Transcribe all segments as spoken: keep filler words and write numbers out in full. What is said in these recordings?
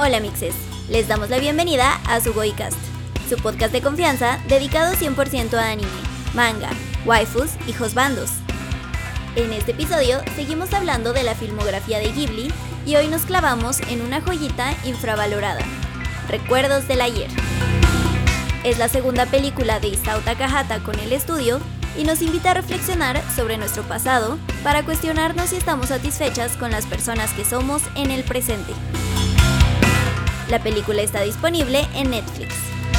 Hola mixes, les damos la bienvenida a Sugoicast, su podcast de confianza dedicado cien por ciento a anime, manga, waifus y josbandos. En este episodio seguimos hablando de la filmografía de Ghibli y hoy nos clavamos en una joyita infravalorada, Recuerdos del Ayer. Es la segunda película de Isao Takahata con el estudio y nos invita a reflexionar sobre nuestro pasado para cuestionarnos si estamos satisfechas con las personas que somos en el presente. La película está disponible en Netflix.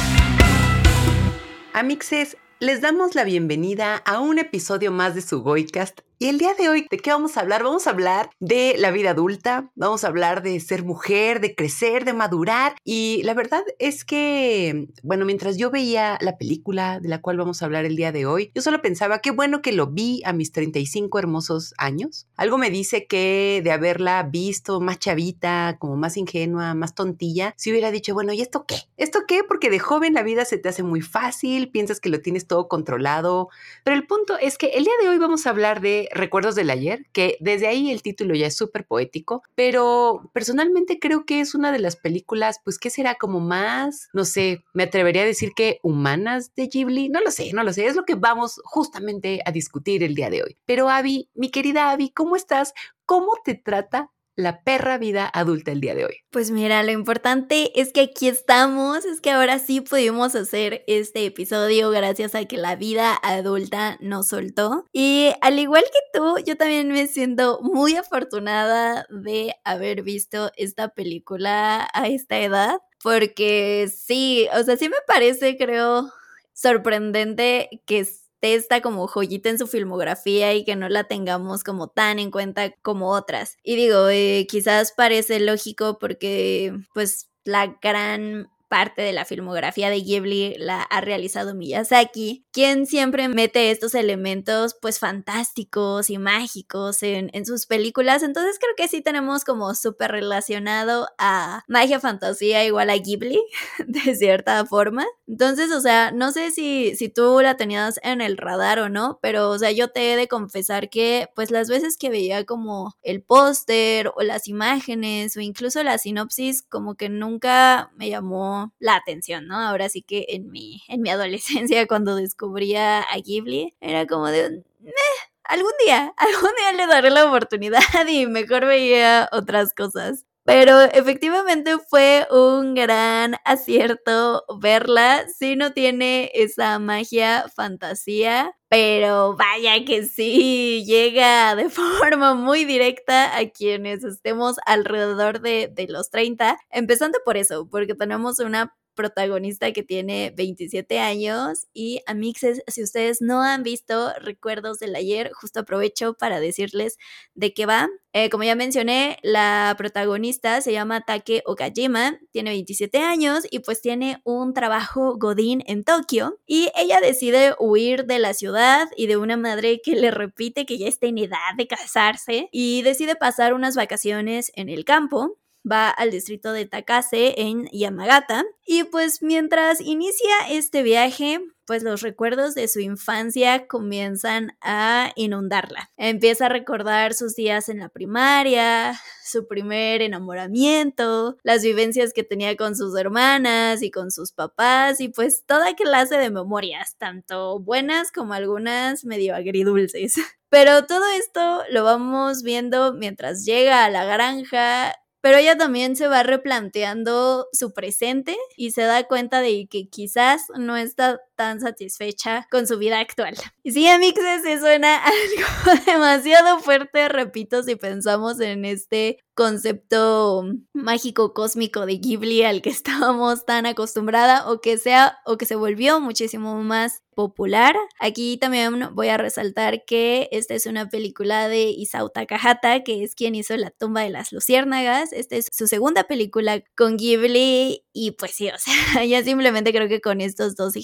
Amixes, les damos la bienvenida a un episodio más de Sugoicast. Y el día de hoy, ¿de qué vamos a hablar? Vamos a hablar de la vida adulta, vamos a hablar de ser mujer, de crecer, de madurar. Y la verdad es que, bueno, mientras yo veía la película de la cual vamos a hablar el día de hoy, yo solo pensaba, qué bueno que lo vi a mis treinta y cinco hermosos años. Algo me dice que de haberla visto más chavita, como más ingenua, más tontilla, si hubiera dicho, bueno, ¿y esto qué? ¿Esto qué? Porque de joven la vida se te hace muy fácil, piensas que lo tienes todo controlado. Pero el punto es que el día de hoy vamos a hablar de Recuerdos del Ayer, que desde ahí el título ya es súper poético, pero personalmente creo que es una de las películas, pues, ¿qué será? Como más, no sé, me atrevería a decir que humanas de Ghibli, no lo sé, no lo sé, es lo que vamos justamente a discutir el día de hoy. Pero Abby, mi querida Abby, ¿cómo estás? ¿Cómo te trata la perra vida adulta el día de hoy? Pues mira, lo importante es que aquí estamos, es que ahora sí pudimos hacer este episodio gracias a que la vida adulta nos soltó. Y al igual que tú, yo también me siento muy afortunada de haber visto esta película a esta edad, porque sí, o sea, sí me parece, creo, sorprendente que esta como joyita en su filmografía y que no la tengamos como tan en cuenta como otras. Y digo, eh, quizás parece lógico porque pues la gran parte de la filmografía de Ghibli la ha realizado Miyazaki, quien siempre mete estos elementos pues fantásticos y mágicos en, en sus películas. Entonces creo que sí tenemos como súper relacionado a magia, fantasía igual a Ghibli de cierta forma. Entonces, o sea, no sé si, si tú la tenías en el radar o no, pero o sea, yo te he de confesar que pues las veces que veía como el póster o las imágenes o incluso la sinopsis, como que nunca me llamó la atención, ¿no? Ahora sí que en mi, en mi adolescencia, cuando descubría a Ghibli, era como de, meh, algún día, algún día le daré la oportunidad y mejor veía otras cosas. Pero efectivamente fue un gran acierto verla. Sí, no tiene esa magia, fantasía, pero vaya que sí llega de forma muy directa a quienes estemos alrededor de, de los treinta, empezando por eso, porque tenemos una protagonista que tiene veintisiete años y amixes, si ustedes no han visto Recuerdos del Ayer, justo aprovecho para decirles de qué va. Eh, como ya mencioné, la protagonista se llama Take Okajima, tiene veintisiete años y pues tiene un trabajo godín en Tokio y ella decide huir de la ciudad y de una madre que le repite que ya está en edad de casarse y decide pasar unas vacaciones en el campo. Va al distrito de Takase en Yamagata y pues mientras inicia este viaje, pues los recuerdos de su infancia comienzan a inundarla. Empieza a recordar sus días en la primaria, su primer enamoramiento, las vivencias que tenía con sus hermanas y con sus papás y pues toda clase de memorias, tanto buenas como algunas medio agridulces. Pero todo esto lo vamos viendo mientras llega a la granja. Pero ella también se va replanteando su presente y se da cuenta de que quizás no está tan satisfecha con su vida actual. Y sí, amixes, se suena algo demasiado fuerte, repito, si pensamos en este concepto mágico cósmico de Ghibli al que estábamos tan acostumbrada o que sea o que se volvió muchísimo más popular. Aquí también voy a resaltar que esta es una película de Isao Takahata, que es quien hizo La tumba de las luciérnagas. Esta es su segunda película con Ghibli y pues sí, o sea, ya simplemente creo que con estos dos ejemplos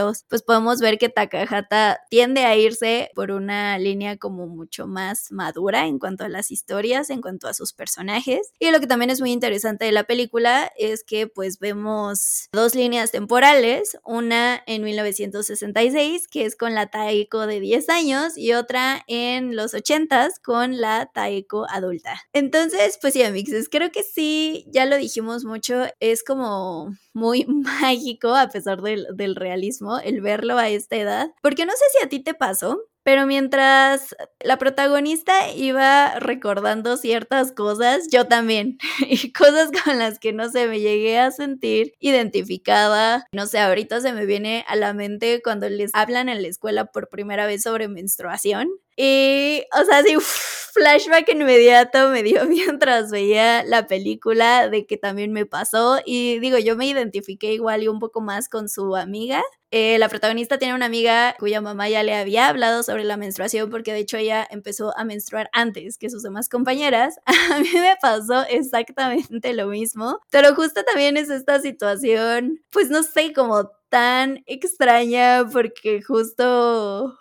capítulos, pues podemos ver que Takahata tiende a irse por una línea como mucho más madura en cuanto a las historias, en cuanto a sus personajes. Y lo que también es muy interesante de la película es que pues vemos dos líneas temporales, una en mil novecientos sesenta y seis, que es con la Taeko de diez años, y otra en los ochentas con la Taeko adulta. Entonces, pues sí, amixes, creo que sí, ya lo dijimos mucho, es como muy mágico a pesar del, del realismo el verlo a esta edad, porque no sé si a ti te pasó, pero mientras la protagonista iba recordando ciertas cosas, yo también, y cosas con las que no sé, me llegué a sentir identificada. No sé, ahorita se me viene a la mente cuando les hablan en la escuela por primera vez sobre menstruación. Y, o sea, sí, uff, flashback inmediato me dio mientras veía la película de que también me pasó. Y digo, yo me identifiqué igual y un poco más con su amiga. Eh, la protagonista tiene una amiga cuya mamá ya le había hablado sobre la menstruación, porque de hecho ella empezó a menstruar antes que sus demás compañeras. A mí me pasó exactamente lo mismo, pero justo también es esta situación, pues no sé, como tan extraña, porque justo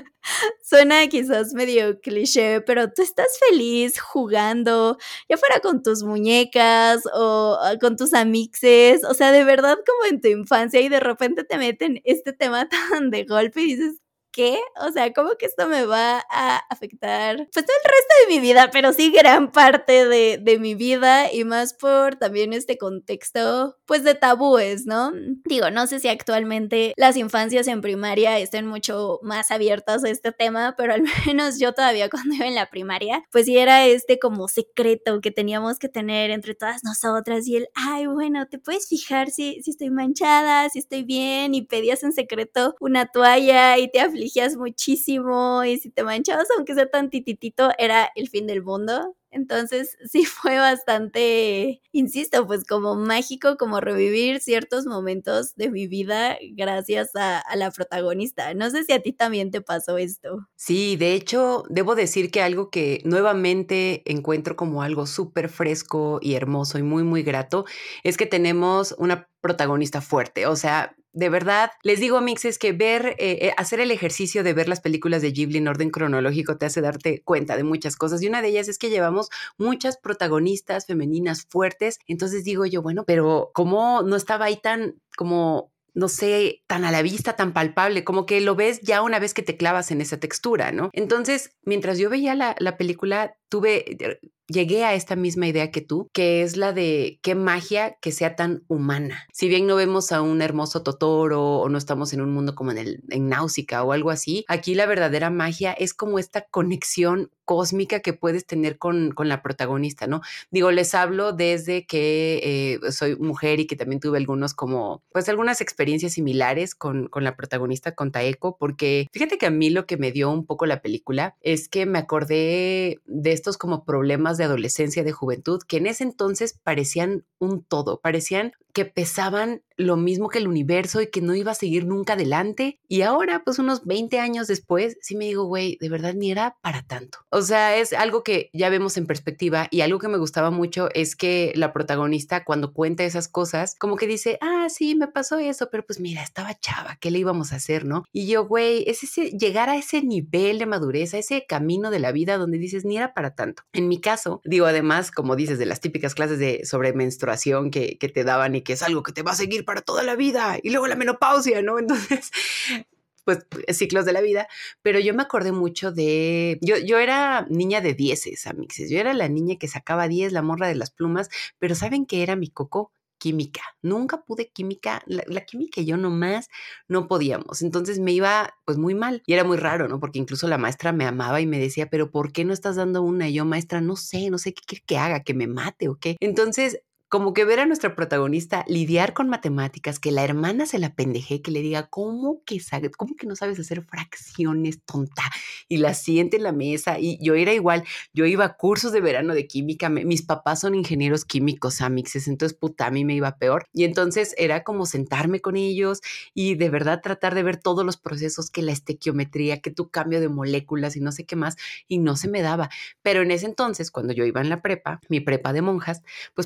suena quizás medio cliché, pero tú estás feliz jugando, ya fuera con tus muñecas o uh, con tus amixes, o sea, de verdad como en tu infancia, y de repente te meten este tema tan de golpe y dices, ¿qué? O sea, ¿cómo que esto me va a afectar? Pues todo el resto de mi vida, pero sí gran parte de, de mi vida, y más por también este contexto, pues de tabúes, ¿no? Digo, no sé si actualmente las infancias en primaria estén mucho más abiertas a este tema, pero al menos yo todavía cuando iba en la primaria, pues sí era este como secreto que teníamos que tener entre todas nosotras, y el, ay, bueno, te puedes fijar si, si estoy manchada, si estoy bien, y pedías en secreto una toalla y te afligías muchísimo, y si te manchabas aunque sea tantititito era el fin del mundo. Entonces sí fue bastante, insisto, pues como mágico, como revivir ciertos momentos de mi vida gracias a, a la protagonista. No sé si a ti también te pasó esto. Sí, de hecho, debo decir que algo que nuevamente encuentro como algo súper fresco y hermoso y muy, muy grato es que tenemos una protagonista fuerte. O sea, de verdad, les digo, mixes, que ver, eh, hacer el ejercicio de ver las películas de Ghibli en orden cronológico te hace darte cuenta de muchas cosas, y una de ellas es que llevamos muchas protagonistas femeninas fuertes. Entonces digo yo, bueno, pero ¿cómo no estaba ahí tan como, no sé, tan a la vista, tan palpable? Como que lo ves ya una vez que te clavas en esa textura, ¿no? Entonces, mientras yo veía la, la película, tuve, llegué a esta misma idea que tú, que es la de qué magia que sea tan humana. Si bien no vemos a un hermoso Totoro o no estamos en un mundo como en, el, en Náusica o algo así, aquí la verdadera magia es como esta conexión cósmica que puedes tener con, con la protagonista, ¿no? Digo, les hablo desde que eh, soy mujer y que también tuve algunos como, pues algunas experiencias similares con, con la protagonista, con Taeko, porque fíjate que a mí lo que me dio un poco la película es que me acordé de estos como problemas de adolescencia, de juventud, que en ese entonces parecían un todo, parecían que pesaban lo mismo que el universo y que no iba a seguir nunca adelante. Y ahora, pues unos veinte años después, sí me digo, güey, de verdad ni era para tanto. O sea, es algo que ya vemos en perspectiva, y algo que me gustaba mucho es que la protagonista, cuando cuenta esas cosas, como que dice, ah, sí, me pasó eso, pero pues mira, estaba chava, ¿qué le íbamos a hacer, no? Y yo, güey, es ese, llegar a ese nivel de madurez, a ese camino de la vida donde dices, ni era para tanto. En mi caso, digo, además, como dices, de las típicas clases de sobre menstruación que, que te daban y que es algo que te va a seguir para toda la vida, y luego la menopausia, ¿no? Entonces, pues ciclos de la vida, pero yo me acordé mucho de, yo, yo era niña de dieces, amixes, yo era la niña que sacaba diez, la morra de las plumas, pero ¿saben qué era mi coco? Química. Nunca pude química, la, la química y yo nomás no podíamos. Entonces me iba pues muy mal, y era muy raro, ¿no? Porque incluso la maestra me amaba y me decía, pero ¿por qué no estás dando una? Y yo, maestra, no sé, no sé qué quiere que haga, que me mate o qué. Entonces, como que ver a nuestra protagonista lidiar con matemáticas, que la hermana se la pendeje, que le diga, ¿cómo que, sabe, cómo que no sabes hacer fracciones, tonta? Y la siente en la mesa. Y yo era igual, yo iba a cursos de verano de química, me, mis papás son ingenieros químicos, amixes, entonces puta, a mí me iba peor. Y entonces era como sentarme con ellos y de verdad tratar de ver todos los procesos, que la estequiometría, que tu cambio de moléculas y no sé qué más, y no se me daba. Pero en ese entonces, cuando yo iba en la prepa, mi prepa de monjas, pues para mí sí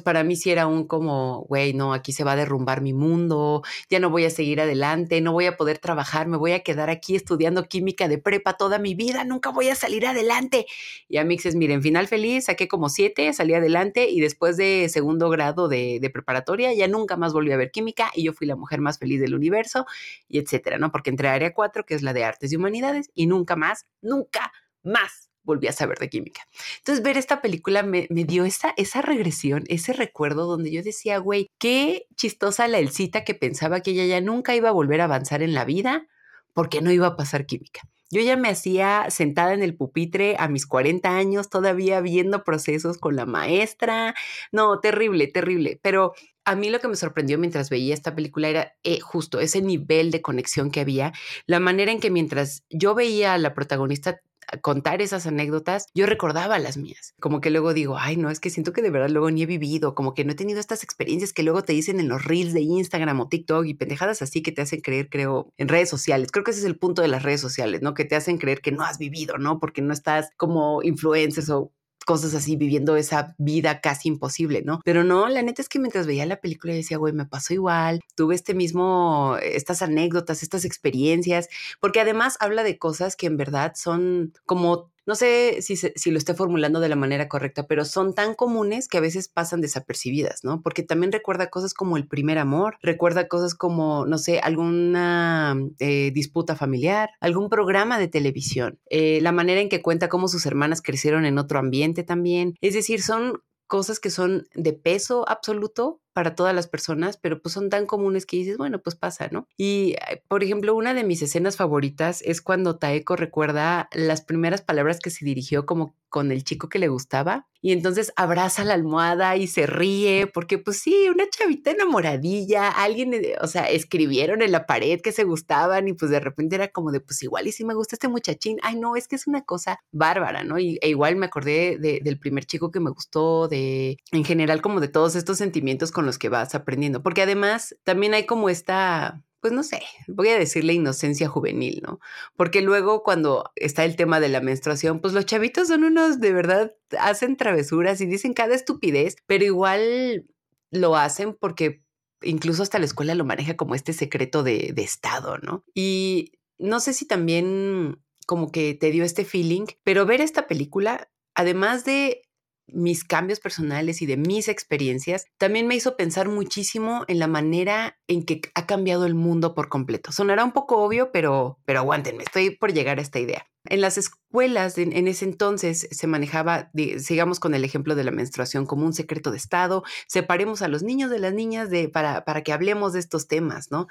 sí era un como, güey, no, aquí se va a derrumbar mi mundo, ya no voy a seguir adelante, no voy a poder trabajar, me voy a quedar aquí estudiando química de prepa toda mi vida, nunca voy a salir adelante. Y a Mixes, miren, final feliz, saqué como siete, salí adelante y después de segundo grado de, de preparatoria ya nunca más volví a ver química y yo fui la mujer más feliz del universo y etcétera, ¿no? Porque entré a área cuatro, que es la de artes y humanidades, y nunca más, nunca más volví a saber de química. Entonces, ver esta película me, me dio esa, esa regresión, ese recuerdo donde yo decía, güey, qué chistosa la Elcita que pensaba que ella ya nunca iba a volver a avanzar en la vida porque no iba a pasar química. Yo ya me hacía sentada en el pupitre a mis cuarenta años, todavía viendo procesos con la maestra. No, terrible, terrible. Pero a mí lo que me sorprendió mientras veía esta película era eh, justo ese nivel de conexión que había, la manera en que mientras yo veía a la protagonista contar esas anécdotas, yo recordaba las mías. Como que luego digo, ay, no, es que siento que de verdad luego ni he vivido, como que no he tenido estas experiencias que luego te dicen en los reels de Instagram o TikTok y pendejadas así que te hacen creer, creo, en redes sociales. Creo que ese es el punto de las redes sociales, ¿no? Que te hacen creer que no has vivido, ¿no? Porque no estás como influencers o cosas así, viviendo esa vida casi imposible, ¿no? Pero no, la neta es que mientras veía la película decía, güey, me pasó igual, tuve este mismo, estas anécdotas, estas experiencias, porque además habla de cosas que en verdad son como, no sé si, se, si lo esté formulando de la manera correcta, pero son tan comunes que a veces pasan desapercibidas, ¿no? Porque también recuerda cosas como el primer amor, recuerda cosas como, no sé, alguna eh, disputa familiar, algún programa de televisión, eh, la manera en que cuenta cómo sus hermanas crecieron en otro ambiente también. Es decir, son cosas que son de peso absoluto para todas las personas, pero pues son tan comunes que dices, bueno, pues pasa, ¿no? Y, por ejemplo, una de mis escenas favoritas es cuando Taeko recuerda las primeras palabras que se dirigió como con el chico que le gustaba y entonces abraza la almohada y se ríe porque pues sí, una chavita enamoradilla, alguien, o sea, escribieron en la pared que se gustaban y pues de repente era como de pues igual y si me gusta este muchachín, ay no, es que es una cosa bárbara, ¿no? Y e igual me acordé de, del primer chico que me gustó, de en general como de todos estos sentimientos con los que vas aprendiendo, porque además también hay como esta, pues no sé, voy a decirle inocencia juvenil, ¿no? Porque luego cuando está el tema de la menstruación, pues los chavitos son unos, de verdad, hacen travesuras y dicen cada estupidez, pero igual lo hacen porque incluso hasta la escuela lo maneja como este secreto de, de estado, ¿no? Y no sé si también como que te dio este feeling, pero ver esta película, además de mis cambios personales y de mis experiencias, también me hizo pensar muchísimo en la manera en que ha cambiado el mundo por completo. Sonará un poco obvio, pero, pero aguántenme, estoy por llegar a esta idea. En las escuelas en, en ese entonces se manejaba, de, sigamos con el ejemplo de la menstruación, como un secreto de estado, separemos a los niños de las niñas de, para, para que hablemos de estos temas, ¿no?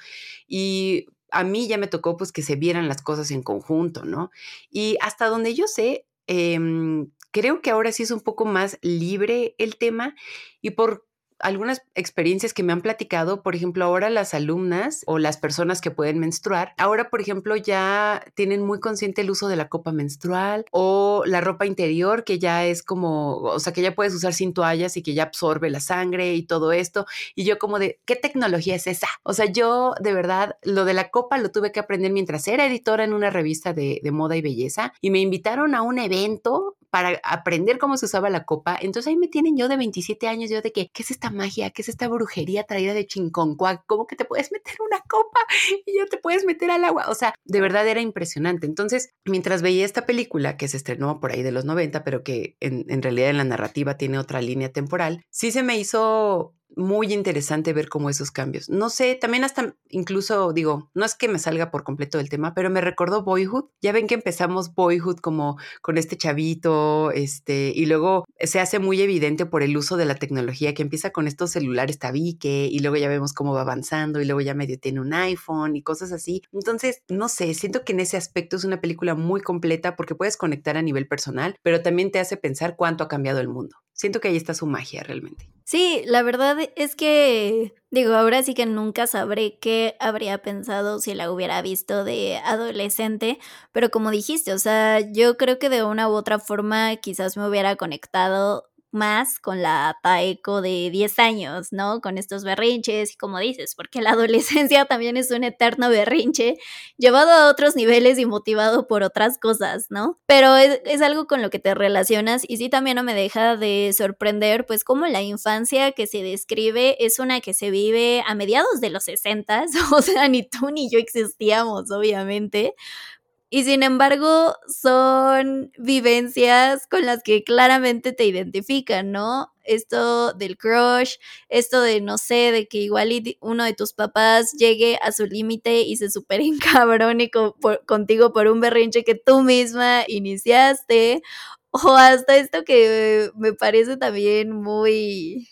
Y a mí ya me tocó pues que se vieran las cosas en conjunto, ¿no? Y hasta donde yo sé, eh, creo que ahora sí es un poco más libre el tema y por algunas experiencias que me han platicado, por ejemplo, ahora las alumnas o las personas que pueden menstruar, ahora, por ejemplo, ya tienen muy consciente el uso de la copa menstrual o la ropa interior, que ya es como, o sea, que ya puedes usar sin toallas y que ya absorbe la sangre y todo esto. Y yo como de, ¿qué tecnología es esa? O sea, yo de verdad, lo de la copa lo tuve que aprender mientras era editora en una revista de, de moda y belleza y me invitaron a un evento para aprender cómo se usaba la copa. Entonces ahí me tienen yo de veintisiete años, yo de que, ¿qué es esta magia? ¿Qué es esta brujería traída de Chinconcuac? ¿Cómo que te puedes meter una copa y ya te puedes meter al agua? O sea, de verdad era impresionante. Entonces, mientras veía esta película que se estrenó por ahí de los noventa, pero que en, en realidad en la narrativa tiene otra línea temporal, sí se me hizo muy interesante ver cómo esos cambios. No sé, también hasta incluso digo, no es que me salga por completo del tema, pero me recordó Boyhood. Ya ven que empezamos Boyhood como con este chavito, este, y luego se hace muy evidente por el uso de la tecnología que empieza con estos celulares tabique y luego ya vemos cómo va avanzando y luego ya medio tiene un iPhone y cosas así. Entonces, no sé, siento que en ese aspecto es una película muy completa porque puedes conectar a nivel personal, pero también te hace pensar cuánto ha cambiado el mundo. Siento que ahí está su magia realmente. Sí, la verdad es que, digo, ahora sí que nunca sabré qué habría pensado si la hubiera visto de adolescente, pero como dijiste, o sea, yo creo que de una u otra forma quizás me hubiera conectado más con la Taeko de diez años, ¿no? Con estos berrinches y como dices, porque la adolescencia también es un eterno berrinche, llevado a otros niveles y motivado por otras cosas, ¿no? Pero es, es algo con lo que te relacionas y sí también no me deja de sorprender, pues como la infancia que se describe es una que se vive a mediados de los sesentas, o sea, ni tú ni yo existíamos, obviamente. Y sin embargo, son vivencias con las que claramente te identifican, ¿no? Esto del crush, esto de, no sé, de que igual uno de tus papás llegue a su límite y se super encabrone con, por, contigo por un berrinche que tú misma iniciaste, o hasta esto que me parece también muy...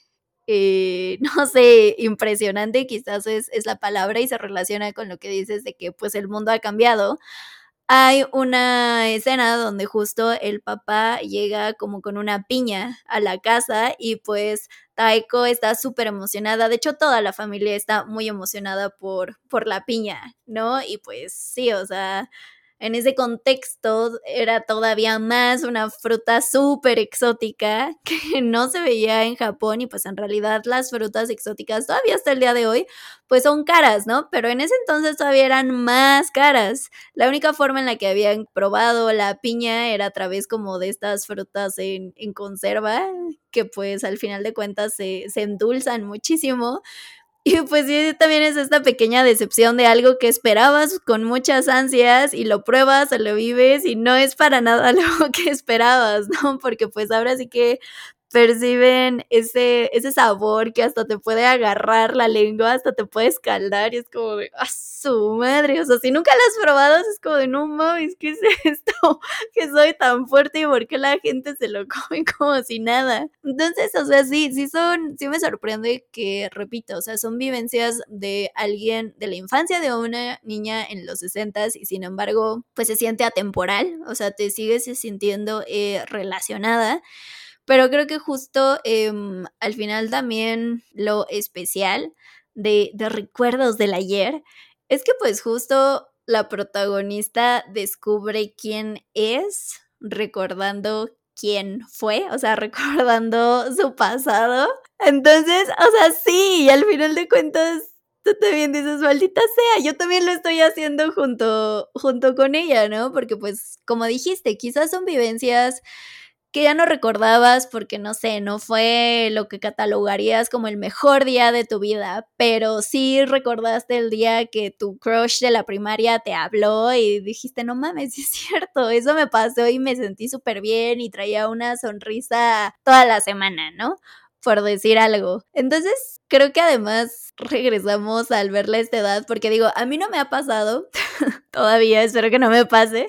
Eh, no sé, impresionante quizás es, es la palabra y se relaciona con lo que dices de que pues el mundo ha cambiado. Hay una escena donde justo el papá llega como con una piña a la casa y pues Taeko está súper emocionada. De hecho, toda la familia está muy emocionada por, por la piña, ¿no? Y pues sí, o sea, en ese contexto era todavía más una fruta súper exótica que no se veía en Japón y pues en realidad las frutas exóticas todavía hasta el día de hoy pues son caras, ¿no? Pero en ese entonces todavía eran más caras. La única forma en la que habían probado la piña era a través como de estas frutas en, en conserva, que pues al final de cuentas se, se endulzan muchísimo. Y pues sí, también es esta pequeña decepción de algo que esperabas con muchas ansias y lo pruebas o lo vives y no es para nada lo que esperabas, ¿no? Porque pues ahora sí que perciben ese, ese sabor que hasta te puede agarrar la lengua, hasta te puede escaldar y es como de, ¡ah, su madre! O sea, si nunca lo has probado, es como de, no mames, ¿qué es esto? Que soy tan fuerte y por qué la gente se lo come como si nada. Entonces, o sea, sí, sí son, sí me sorprende que, repito, o sea, son vivencias de alguien, de la infancia de una niña en los sesentas y sin embargo, pues se siente atemporal, o sea, te sigues sintiendo eh, relacionada. Pero creo que justo eh, al final también lo especial de, de recuerdos del ayer es que pues justo la protagonista descubre quién es recordando quién fue, o sea, recordando su pasado. Entonces, o sea, sí, y al final de cuentas tú también dices, maldita sea, yo también lo estoy haciendo junto, junto con ella, ¿no? Porque pues, como dijiste, quizás son vivencias que ya no recordabas porque, no sé, no fue lo que catalogarías como el mejor día de tu vida, pero sí recordaste el día que tu crush de la primaria te habló y dijiste, no mames, sí es cierto, eso me pasó y me sentí súper bien y traía una sonrisa toda la semana, ¿no? Por decir algo. Entonces, creo que además regresamos al verla a esta edad, porque digo, a mí no me ha pasado, todavía espero que no me pase,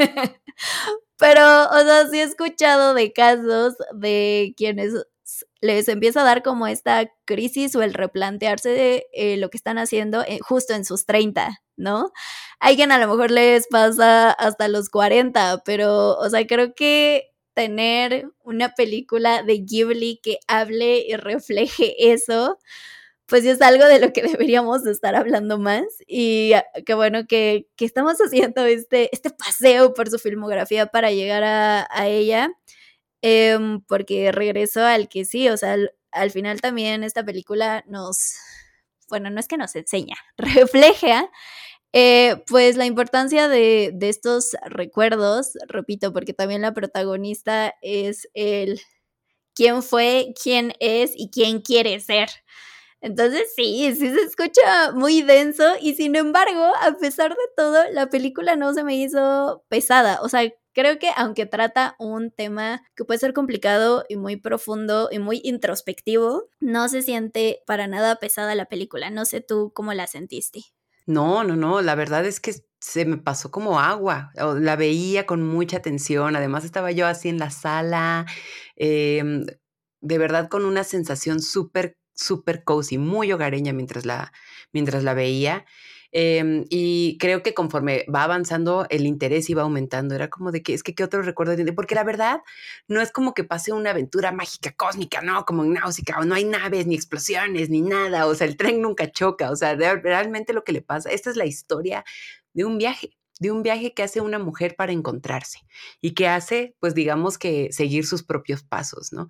pero, o sea, sí he escuchado de casos de quienes les empieza a dar como esta crisis o el replantearse de eh, lo que están haciendo eh, justo en sus treinta, ¿no? Hay quien a lo mejor les pasa hasta los cuarenta, pero, o sea, creo que tener una película de Ghibli que hable y refleje eso, pues sí es algo de lo que deberíamos estar hablando más y qué bueno que, que estamos haciendo este, este paseo por su filmografía para llegar a, a ella, eh, porque regreso al que sí, o sea, al, al final también esta película nos, bueno, no es que nos enseña, refleja eh, pues la importancia de, de estos recuerdos, repito, porque también la protagonista es el quién fue, quién es y quién quiere ser. Entonces sí, sí se escucha muy denso y sin embargo, a pesar de todo, la película no se me hizo pesada. O sea, creo que aunque trata un tema que puede ser complicado y muy profundo y muy introspectivo, no se siente para nada pesada la película. No sé tú cómo la sentiste. No, no, no, la verdad es que se me pasó como agua, o la veía con mucha atención, además estaba yo así en la sala, em, de verdad con una sensación súper, súper cozy, muy hogareña mientras la mientras la veía, em, y creo que conforme va avanzando el interés iba aumentando, era como de que es que qué otro recuerdo tiene, porque la verdad no es como que pase una aventura mágica cósmica, ¿no? Como en Náusica, o no hay naves, ni explosiones, ni nada, o sea, el tren nunca choca, o sea, de- realmente lo que le pasa, esta es la historia de un viaje, de un viaje que hace una mujer para encontrarse y que hace, pues digamos que seguir sus propios pasos, ¿no?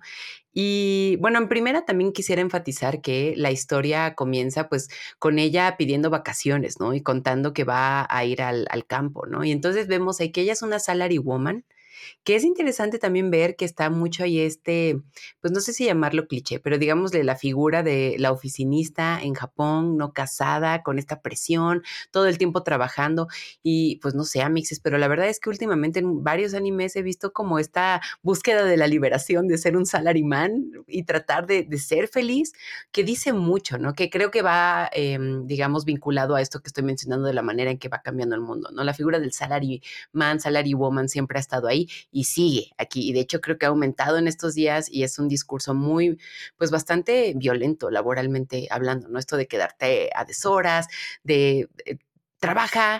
Y bueno, en primera también quisiera enfatizar que la historia comienza pues con ella pidiendo vacaciones, ¿no? Y contando que va a ir al, al campo, ¿no? Y entonces vemos ahí que ella es una salary woman, que es interesante también ver que está mucho ahí este, pues no sé si llamarlo cliché, pero digámosle la figura de la oficinista en Japón, no casada, con esta presión, todo el tiempo trabajando y pues no sé, amixes, pero la verdad es que últimamente en varios animes he visto como esta búsqueda de la liberación de ser un salaryman y tratar de, de ser feliz, que dice mucho, ¿no? Que creo que va, eh, digamos, vinculado a esto que estoy mencionando de la manera en que va cambiando el mundo, ¿no? La figura del salaryman, salary woman siempre ha estado ahí y sigue aquí. Y de hecho creo que ha aumentado en estos días y es un discurso muy, pues bastante violento laboralmente hablando, ¿no? Esto de quedarte a deshoras, de... de trabaja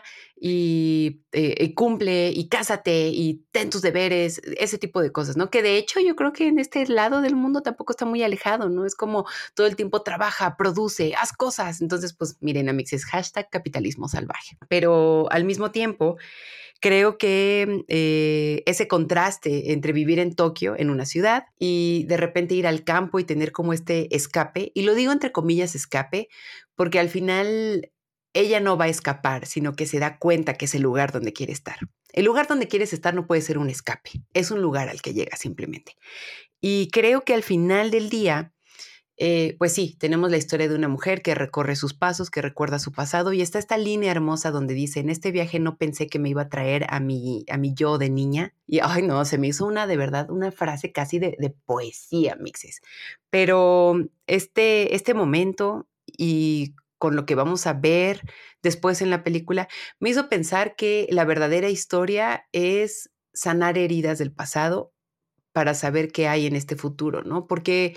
y, eh, y cumple y cásate y ten tus deberes, ese tipo de cosas, ¿no? Que de hecho yo creo que en este lado del mundo tampoco está muy alejado, ¿no? Es como todo el tiempo trabaja, produce, haz cosas. Entonces, pues miren, amigos, hashtag capitalismo salvaje. Pero al mismo tiempo, creo que eh, ese contraste entre vivir en Tokio, en una ciudad, y de repente ir al campo y tener como este escape, y lo digo entre comillas escape, porque al final ella no va a escapar, sino que se da cuenta que es el lugar donde quiere estar. El lugar donde quieres estar no puede ser un escape, es un lugar al que llega simplemente. Y creo que al final del día, eh, pues sí, tenemos la historia de una mujer que recorre sus pasos, que recuerda su pasado y está esta línea hermosa donde dice, en este viaje no pensé que me iba a traer a mi, a mi yo de niña. Y, ay no, se me hizo una, de verdad, una frase casi de, de poesía, mixes. Pero este, este momento y con lo que vamos a ver después en la película, me hizo pensar que la verdadera historia es sanar heridas del pasado para saber qué hay en este futuro, ¿no? Porque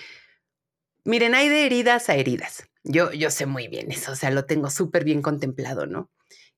miren, hay de heridas a heridas. Yo, yo sé muy bien eso, o sea, lo tengo súper bien contemplado, ¿no?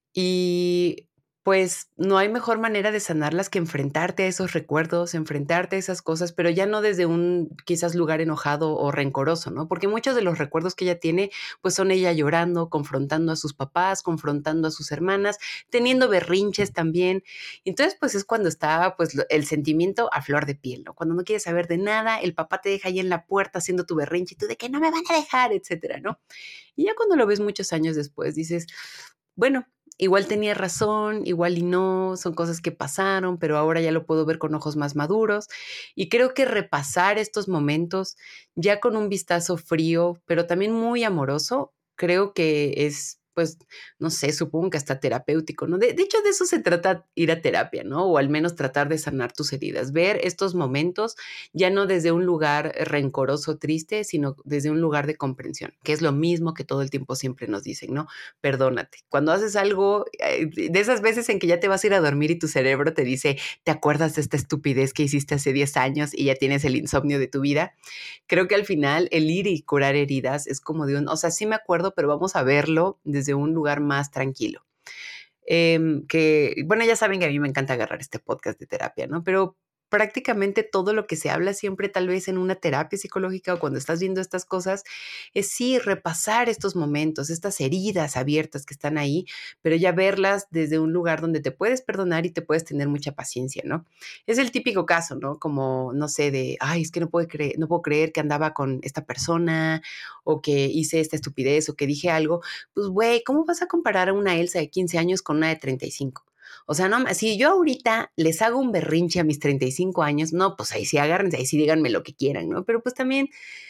Y pues no hay mejor manera de sanarlas que enfrentarte a esos recuerdos, enfrentarte a esas cosas, pero ya no desde un quizás lugar enojado o rencoroso, ¿no? Porque muchos de los recuerdos que ella tiene, pues son ella llorando, confrontando a sus papás, confrontando a sus hermanas, teniendo berrinches también. Entonces, pues es cuando está pues el sentimiento a flor de piel, ¿no? Cuando no quieres saber de nada, el papá te deja ahí en la puerta haciendo tu berrinche y tú de que no me van a dejar, etcétera, ¿no? Y ya cuando lo ves muchos años después, dices, bueno, igual tenía razón, igual y no, son cosas que pasaron, pero ahora ya lo puedo ver con ojos más maduros. Y creo que repasar estos momentos ya con un vistazo frío, pero también muy amoroso, creo que es, pues, no sé, supongo que hasta terapéutico, ¿no? De, de hecho, de eso se trata ir a terapia, ¿no? O al menos tratar de sanar tus heridas, ver estos momentos ya no desde un lugar rencoroso, triste, sino desde un lugar de comprensión, que es lo mismo que todo el tiempo siempre nos dicen, ¿no? Perdónate. Cuando haces algo, eh, de esas veces en que ya te vas a ir a dormir y tu cerebro te dice, ¿te acuerdas de esta estupidez que hiciste hace diez años y ya tienes el insomnio de tu vida? Creo que al final el ir y curar heridas es como de un, o sea, sí me acuerdo, pero vamos a verlo desde un lugar más tranquilo. Eh, que, bueno, ya saben que a mí me encanta agarrar este podcast de terapia, ¿no? Pero prácticamente todo lo que se habla siempre tal vez en una terapia psicológica o cuando estás viendo estas cosas es sí repasar estos momentos, estas heridas abiertas que están ahí, pero ya verlas desde un lugar donde te puedes perdonar y te puedes tener mucha paciencia, ¿no? Es el típico caso, ¿no? Como, no sé, de, ay, es que no puedo creer, no puedo creer que andaba con esta persona o que hice esta estupidez o que dije algo. Pues, güey, ¿cómo vas a comparar a una Elsa de quince años con una de treinta y cinco? O sea, no, si yo ahorita les hago un berrinche a mis treinta y cinco años, no, pues ahí sí agárrense, ahí sí díganme lo que quieran, ¿no? Pero pues también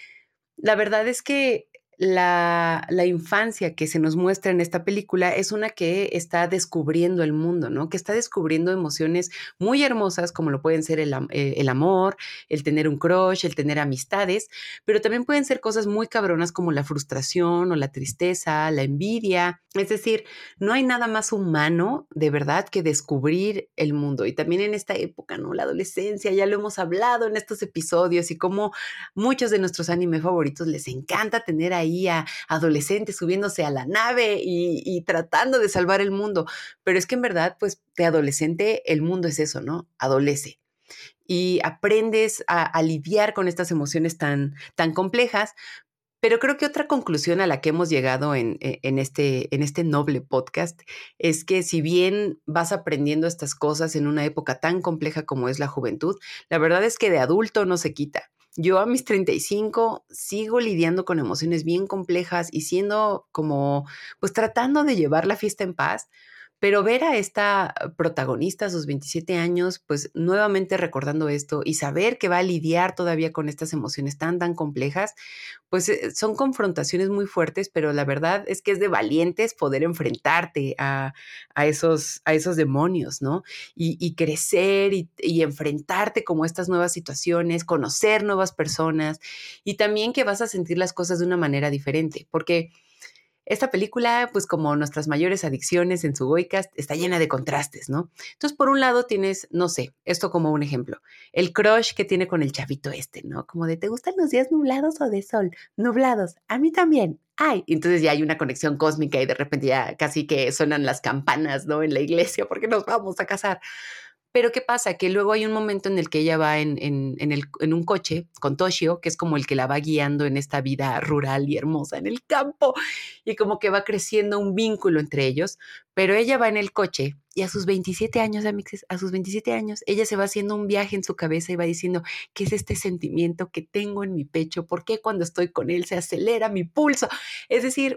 la verdad es que la, la infancia que se nos muestra en esta película es una que está descubriendo el mundo, ¿no? Que está descubriendo emociones muy hermosas como lo pueden ser el, am- eh, el amor, el tener un crush, el tener amistades, pero también pueden ser cosas muy cabronas como la frustración o la tristeza, la envidia. Es decir, no hay nada más humano de verdad que descubrir el mundo. Y también en esta época, ¿no? La adolescencia, ya lo hemos hablado en estos episodios y cómo muchos de nuestros animes favoritos les encanta tener ahí a adolescentes subiéndose a la nave y, y tratando de salvar el mundo. Pero es que en verdad, pues de adolescente el mundo es eso, ¿no? Adolece. Y aprendes a, a lidiar con estas emociones tan, tan complejas, Pero creo que otra conclusión a la que hemos llegado en, en, este, en este noble podcast es que si bien vas aprendiendo estas cosas en una época tan compleja como es la juventud, la verdad es que de adulto no se quita. Yo a mis treinta y cinco sigo lidiando con emociones bien complejas y siendo como, pues tratando de llevar la fiesta en paz. Pero ver a esta protagonista a sus veintisiete años, pues nuevamente recordando esto y saber que va a lidiar todavía con estas emociones tan, tan complejas, pues eh, son confrontaciones muy fuertes, pero la verdad es que es de valientes poder enfrentarte a, a, esos, a esos demonios, ¿no? Y, y crecer y, y enfrentarte como a estas nuevas situaciones, conocer nuevas personas y también que vas a sentir las cosas de una manera diferente, porque esta película, pues como nuestras mayores adicciones en su Goicast, está llena de contrastes, ¿no? Entonces, por un lado tienes, no sé, esto como un ejemplo, el crush que tiene con el chavito este, ¿no? Como de, ¿te gustan los días nublados o de sol? Nublados, a mí también. Ay, entonces ya hay una conexión cósmica y de repente ya casi que suenan las campanas, ¿no? En la iglesia porque nos vamos a casar. Pero ¿qué pasa? Que luego hay un momento en el que ella va en, en, en, el, en un coche con Toshio, que es como el que la va guiando en esta vida rural y hermosa en el campo, y como que va creciendo un vínculo entre ellos, pero ella va en el coche y a sus veintisiete años, amixes, a sus veintisiete años, ella se va haciendo un viaje en su cabeza y va diciendo, ¿qué es este sentimiento que tengo en mi pecho? ¿Por qué cuando estoy con él se acelera mi pulso? Es decir,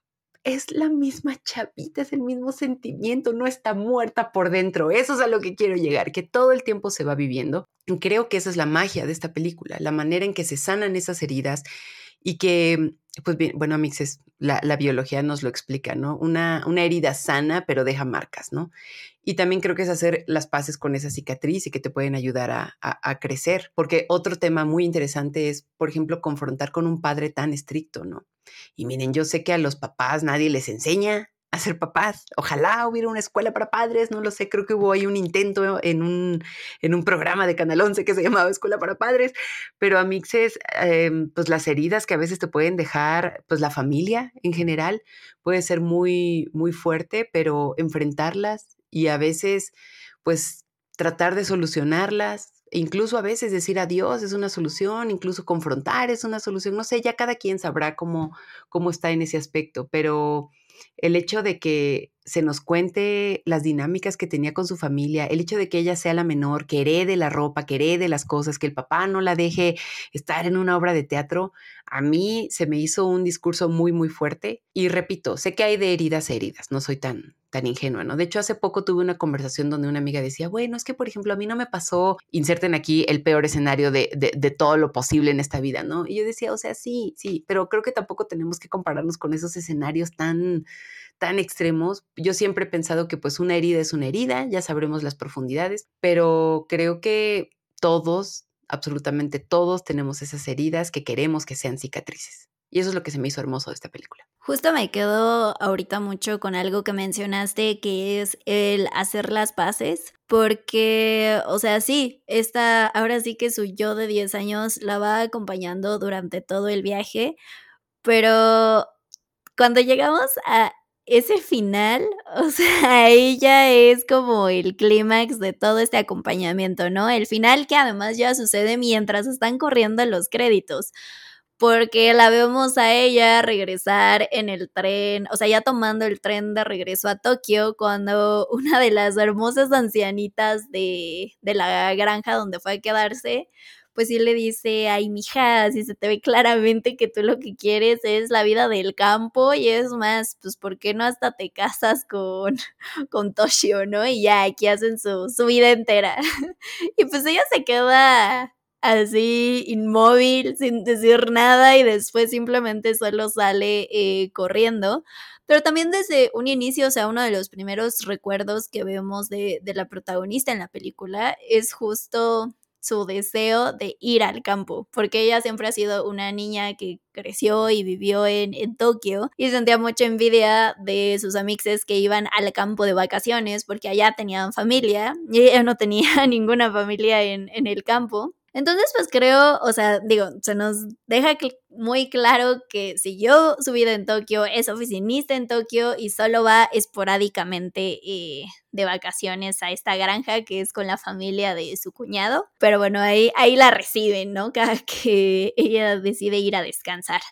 es la misma chavita, es el mismo sentimiento, no está muerta por dentro. Eso es a lo que quiero llegar, que todo el tiempo se va viviendo. Y creo que esa es la magia de esta película, la manera en que se sanan esas heridas y que, pues bien, bueno, amixes, la, la biología nos lo explica, ¿no? Una, una herida sana, pero deja marcas, ¿no? Y también creo que es hacer las paces con esa cicatriz y que te pueden ayudar a, a, a crecer. Porque otro tema muy interesante es, por ejemplo, confrontar con un padre tan estricto, ¿no? Y miren, yo sé que a los papás nadie les enseña a ser papás. Ojalá hubiera una escuela para padres, no lo sé, creo que hubo ahí un intento en un, en un programa de Canal once que se llamaba Escuela para Padres, pero a mixes, eh, pues las heridas que a veces te pueden dejar, pues la familia en general puede ser muy, muy fuerte, pero enfrentarlas y a veces, pues tratar de solucionarlas. Incluso a veces decir adiós es una solución, incluso confrontar es una solución, no sé, ya cada quien sabrá cómo, cómo está en ese aspecto, pero el hecho de que se nos cuente las dinámicas que tenía con su familia, el hecho de que ella sea la menor, que herede la ropa, que herede las cosas, que el papá no la deje estar en una obra de teatro, a mí se me hizo un discurso muy, muy fuerte. Y repito, sé que hay de heridas a heridas, no soy tan, tan ingenua, ¿no? De hecho, hace poco tuve una conversación donde una amiga decía, bueno, es que, por ejemplo, a mí no me pasó, inserten aquí el peor escenario de, de, de todo lo posible en esta vida, ¿no? Y yo decía, o sea, sí, sí, pero creo que tampoco tenemos que compararnos con esos escenarios tan tan extremos. Yo siempre he pensado que pues una herida es una herida, ya sabremos las profundidades, pero creo que todos, absolutamente todos tenemos esas heridas que queremos que sean cicatrices. Y eso es lo que se me hizo hermoso de esta película. Justo me quedo ahorita mucho con algo que mencionaste, que es el hacer las paces, porque, o sea, sí, esta, ahora sí que su yo de diez años la va acompañando durante todo el viaje, pero cuando llegamos a ese final, o sea, ahí ya es como el clímax de todo este acompañamiento, ¿no? El final que además ya sucede mientras están corriendo los créditos, porque la vemos a ella regresar en el tren, o sea, ya tomando el tren de regreso a Tokio, cuando una de las hermosas ancianitas de, de la granja donde fue a quedarse, pues sí le dice, ay, mija, si se te ve claramente que tú lo que quieres es la vida del campo y es más, pues, ¿por qué no hasta te casas con, con Toshio, no? Y ya aquí hacen su, su vida entera. Y pues ella se queda así inmóvil, sin decir nada y después simplemente solo sale eh, corriendo. Pero también desde un inicio, o sea, uno de los primeros recuerdos que vemos de, de la protagonista en la película es justo su deseo de ir al campo, porque ella siempre ha sido una niña que creció y vivió en, en Tokio y sentía mucha envidia de sus amixes que iban al campo de vacaciones porque allá tenían familia y ella no tenía ninguna familia en, en el campo. Entonces, pues creo, o sea, digo, se nos deja cl- muy claro que siguió su vida en Tokio, es oficinista en Tokio y solo va esporádicamente eh, de vacaciones a esta granja que es con la familia de su cuñado. Pero bueno, ahí, ahí la reciben, ¿no? Cada que ella decide ir a descansar.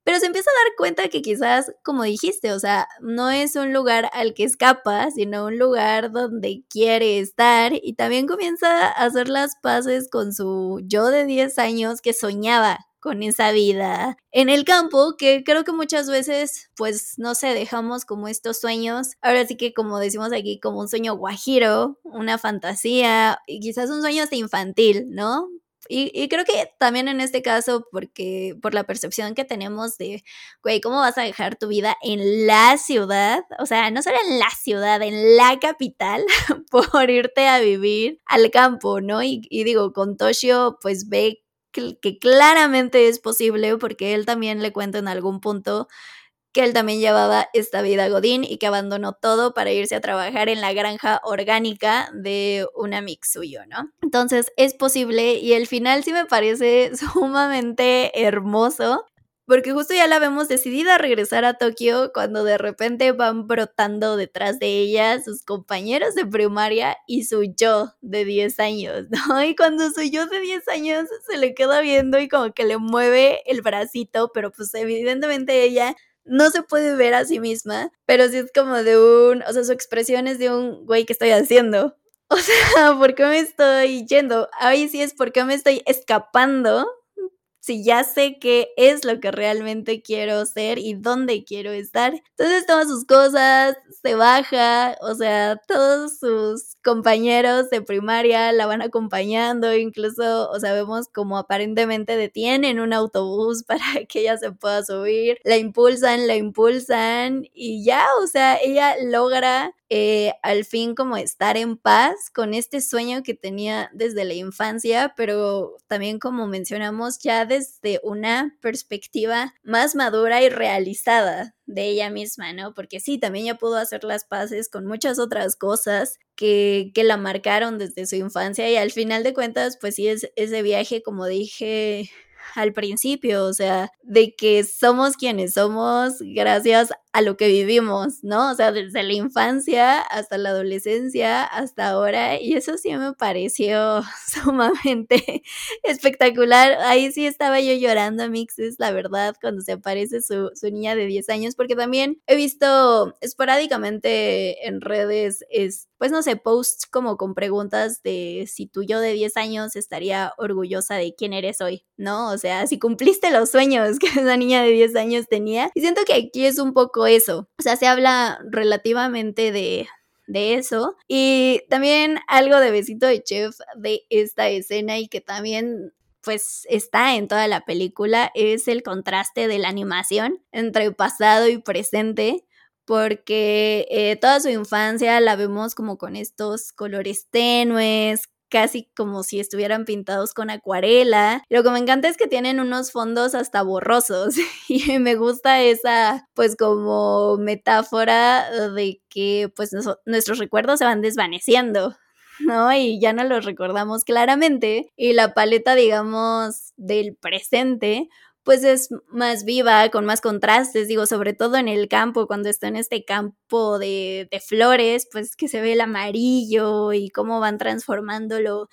pero se empieza a dar cuenta que quizás, como dijiste, o sea, no es un lugar al que escapa, sino un lugar donde quiere estar, y también comienza a hacer las paces con su yo de diez años que soñaba con esa vida en el campo, que creo que muchas veces, pues, no sé, dejamos como estos sueños, ahora sí que como decimos aquí, como un sueño guajiro, una fantasía, y quizás un sueño hasta infantil, ¿no? Y, y creo que también en este caso, porque por la percepción que tenemos de, güey, ¿cómo vas a dejar tu vida en la ciudad? O sea, no solo en la ciudad, en la capital, por irte a vivir al campo, ¿no? Y, y digo, con Toshio, pues ve que, que claramente es posible, porque él también le cuenta en algún punto que él también llevaba esta vida godín y que abandonó todo para irse a trabajar en la granja orgánica de un amigo suyo, ¿no? Entonces es posible, y el final sí me parece sumamente hermoso, porque justo ya la vemos decidida a regresar a Tokio cuando de repente van brotando detrás de ella sus compañeros de primaria y su yo de diez años, ¿no? Y cuando su yo de diez años se le queda viendo y como que le mueve el bracito, pero pues evidentemente ella no se puede ver a sí misma, pero sí es como de un, o sea, su expresión es de un, güey, ¿qué estoy haciendo? O sea, ¿por qué me estoy yendo? Ahí sí es por qué me estoy escapando, si ya sé qué es lo que realmente quiero ser y dónde quiero estar. Entonces toma sus cosas, se baja, o sea, todos sus compañeros de primaria la van acompañando, incluso, o sea, vemos como aparentemente detienen un autobús para que ella se pueda subir, la impulsan, la impulsan y ya, o sea, ella logra Eh, al fin como estar en paz con este sueño que tenía desde la infancia, pero también como mencionamos ya desde una perspectiva más madura y realizada de ella misma, ¿no? Porque sí, también ya pudo hacer las paces con muchas otras cosas que, que la marcaron desde su infancia, y al final de cuentas, pues sí, es ese viaje, como dije al principio, o sea, de que somos quienes somos gracias a lo que vivimos, ¿no? O sea, desde la infancia hasta la adolescencia, hasta ahora, y eso sí me pareció sumamente espectacular. Ahí sí estaba yo llorando, Mixes, la verdad, cuando se aparece su, su niña de diez años, porque también he visto esporádicamente en redes, es, pues no sé, posts como con preguntas de si tu yo de diez años estaría orgullosa de quién eres hoy, ¿no? O sea, si cumpliste los sueños que esa niña de diez años tenía. Y siento que aquí es un poco eso. O sea, se habla relativamente de, de eso. Y también algo de besito de chef de esta escena, y que también pues está en toda la película, es el contraste de la animación entre pasado y presente, porque eh, toda su infancia la vemos como con estos colores tenues, casi como si estuvieran pintados con acuarela. Lo que me encanta es que tienen unos fondos hasta borrosos y me gusta esa pues como metáfora de que pues no, nuestros recuerdos se van desvaneciendo, ¿no? Y ya no los recordamos claramente, y la paleta, digamos, del presente pues es más viva, con más contrastes, digo, sobre todo en el campo, cuando está en este campo de, de flores, pues que se ve el amarillo y cómo van transformándolo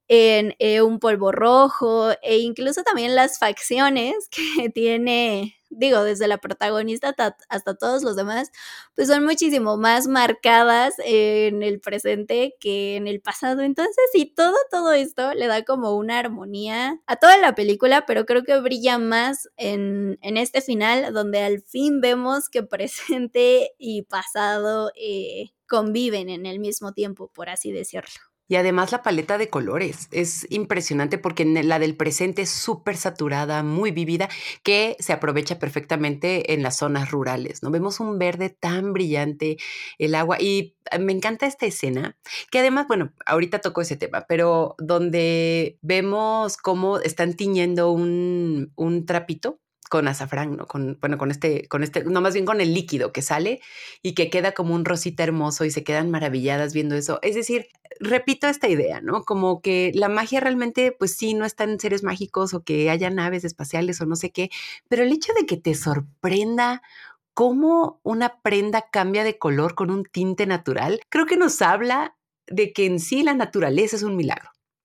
en eh, un polvo rojo, e incluso también las facciones que tiene, digo, desde la protagonista hasta, hasta todos los demás, pues son muchísimo más marcadas en el presente que en el pasado. Entonces sí, todo, todo esto le da como una armonía a toda la película, pero creo que brilla más en, en este final, donde al fin vemos que presente y pasado eh, conviven en el mismo tiempo, por así decirlo. Y además la paleta de colores es impresionante, porque la del presente es súper saturada, muy vívida, que se aprovecha perfectamente en las zonas rurales, ¿no? Vemos un verde tan brillante, el agua, y me encanta esta escena, que además, bueno, ahorita toco ese tema, pero donde vemos cómo están tiñendo un, un trapito con azafrán, ¿no? Con, bueno, con este, con este, no, más bien con el líquido que sale y que queda como un rosita hermoso, y se quedan maravilladas viendo eso. Es decir, repito esta idea, ¿no? Como que la magia realmente, pues sí, no está en seres mágicos o que haya naves espaciales o no sé qué, pero el hecho de que te sorprenda cómo una prenda cambia de color con un tinte natural, creo que nos habla de que en sí la naturaleza es un milagro.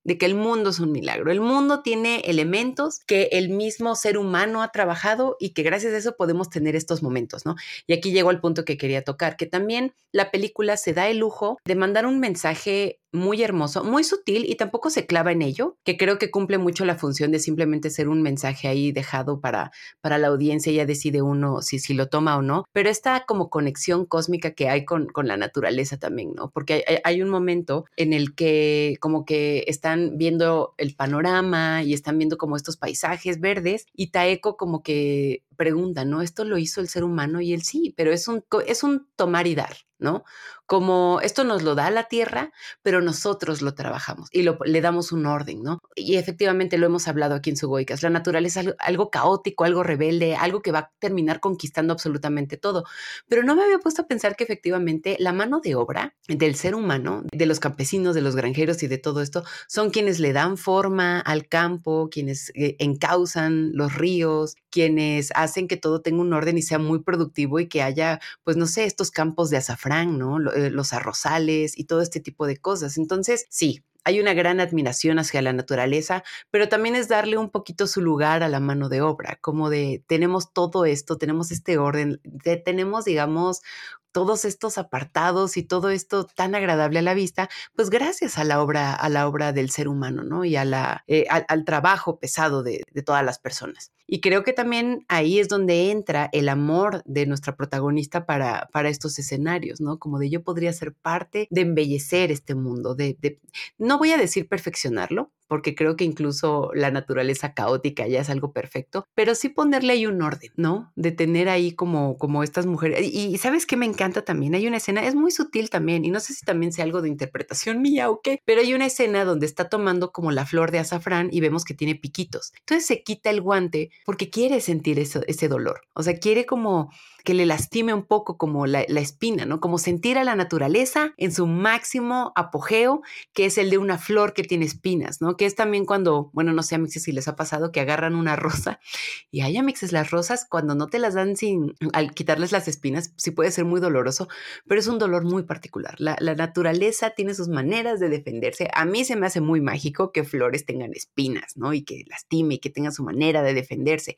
de que el mundo es un milagro. El mundo tiene elementos que el mismo ser humano ha trabajado y que gracias a eso podemos tener estos momentos, ¿no? Y aquí llego al punto que quería tocar, que también la película se da el lujo de mandar un mensaje muy hermoso, muy sutil y tampoco se clava en ello, que creo que cumple mucho la función de simplemente ser un mensaje ahí dejado para, para la audiencia, ya decide uno si, si lo toma o no, pero esta como conexión cósmica que hay con, con la naturaleza también, ¿no? Porque hay, hay un momento en el que como que están viendo el panorama y están viendo como estos paisajes verdes y Taeko como que pregunta, ¿no? ¿Esto lo hizo el ser humano? Y él sí, pero es un, es un tomar y dar, ¿no? Como esto nos lo da la tierra, pero nosotros lo trabajamos y lo, le damos un orden, ¿no? Y efectivamente lo hemos hablado aquí en Sugoi-cast, la naturaleza es algo, algo caótico, algo rebelde, algo que va a terminar conquistando absolutamente todo. Pero no me había puesto a pensar que efectivamente la mano de obra del ser humano, de los campesinos, de los granjeros y de todo esto, son quienes le dan forma al campo, quienes eh, encausan los ríos, quienes hacen que todo tenga un orden y sea muy productivo y que haya, pues no sé, estos campos de azafrán, ¿no? Los arrozales y todo este tipo de cosas. Entonces, sí, hay una gran admiración hacia la naturaleza, pero también es darle un poquito su lugar a la mano de obra, como de tenemos todo esto, tenemos este orden, de, tenemos, digamos, todos estos apartados y todo esto tan agradable a la vista, pues gracias a la obra, a la obra del ser humano, ¿no? Y a la, eh, al, al trabajo pesado de, de todas las personas. Y creo que también ahí es donde entra el amor de nuestra protagonista para, para estos escenarios, ¿no? Como de yo podría ser parte de embellecer este mundo, de, de no voy a decir perfeccionarlo, porque creo que incluso la naturaleza caótica ya es algo perfecto, pero sí ponerle ahí un orden, ¿no? De tener ahí como, como estas mujeres. Y, y ¿sabes qué me encanta también? Hay una escena, es muy sutil también, y no sé si también sea algo de interpretación mía o qué, pero hay una escena donde está tomando como la flor de azafrán y vemos que tiene piquitos. Entonces se quita el guante porque quiere sentir eso, ese dolor. O sea, quiere como que le lastime un poco como la, la espina, ¿no? Como sentir a la naturaleza en su máximo apogeo, que es el de una flor que tiene espinas, ¿no? Que es también cuando, bueno, no sé, a mixes si les ha pasado que agarran una rosa y hay a mixes las rosas cuando no te las dan sin, al quitarles las espinas, sí puede ser muy doloroso, pero es un dolor muy particular. La, la naturaleza tiene sus maneras de defenderse. A mí se me hace muy mágico que flores tengan espinas, ¿no? Y que lastime y que tengan su manera de defenderse.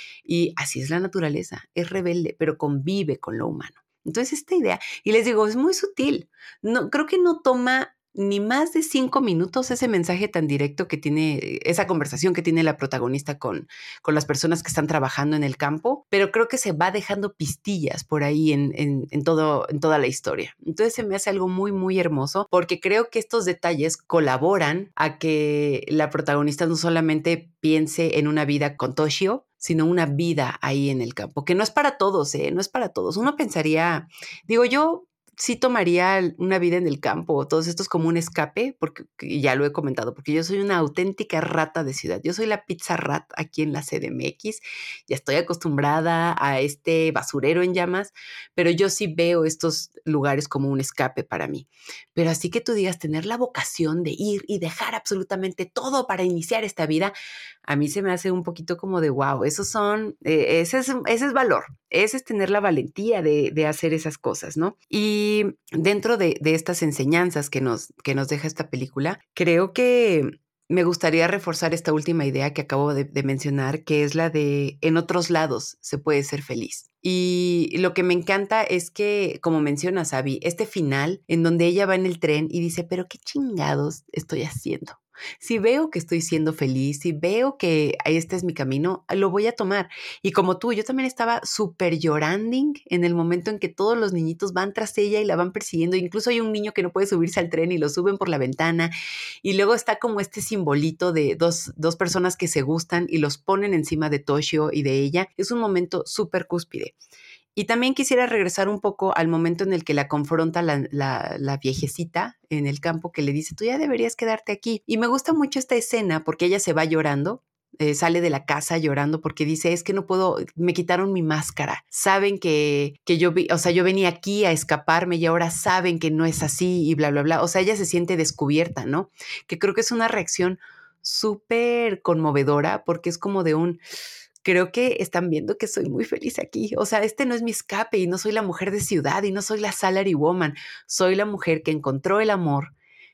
Y así es la naturaleza, es rebelde, pero convive con lo humano. Entonces esta idea, y les digo, es muy sutil. No, creo que no toma ni más de cinco minutos ese mensaje tan directo que tiene, esa conversación que tiene la protagonista con, con las personas que están trabajando en el campo, pero creo que se va dejando pistillas por ahí en, en, en, todo, en toda la historia. Entonces se me hace algo muy, muy hermoso porque creo que estos detalles colaboran a que la protagonista no solamente piense en una vida con Toshio, sino una vida ahí en el campo, que no es para todos, ¿eh? No es para todos. Uno pensaría, digo yo, sí tomaría una vida en el campo o todos estos como un escape, porque ya lo he comentado, porque yo soy una auténtica rata de ciudad. Yo soy la pizza rat aquí en la C D M X. Ya estoy acostumbrada a este basurero en llamas, pero yo sí veo estos lugares como un escape para mí. Pero así que tú digas, tener la vocación de ir y dejar absolutamente todo para iniciar esta vida, a mí se me hace un poquito como de wow, esos son, eh, ese, es, ese es valor, ese es tener la valentía de, de hacer esas cosas, ¿no? Y dentro de, de estas enseñanzas que nos, que nos deja esta película, creo que me gustaría reforzar esta última idea que acabo de, de mencionar, que es la de en otros lados se puede ser feliz. Y lo que me encanta es que, como mencionas, Abby, este final en donde ella va en el tren y dice, pero qué chingados estoy haciendo. Si veo que estoy siendo feliz, si veo que este es mi camino, lo voy a tomar. Y como tú, yo también estaba súper llorando en el momento en que todos los niñitos van tras ella y la van persiguiendo. Incluso hay un niño que no puede subirse al tren y lo suben por la ventana. Y luego está como este simbolito de dos, dos personas que se gustan y los ponen encima de Toshio y de ella. Es un momento súper cúspide. Y también quisiera regresar un poco al momento en el que la confronta la, la, la viejecita en el campo que le dice, tú ya deberías quedarte aquí. Y me gusta mucho esta escena porque ella se va llorando, eh, sale de la casa llorando porque dice, es que no puedo, me quitaron mi máscara. Saben que, que yo, vi, o sea, yo venía aquí a escaparme y ahora saben que no es así y bla, bla, bla. O sea, ella se siente descubierta, ¿no? Que creo que es una reacción súper conmovedora porque es como de un... Creo que están viendo que soy muy feliz aquí. O sea, este no es mi escape y no soy la mujer de ciudad y no soy la salary woman. Soy la mujer que encontró el amor,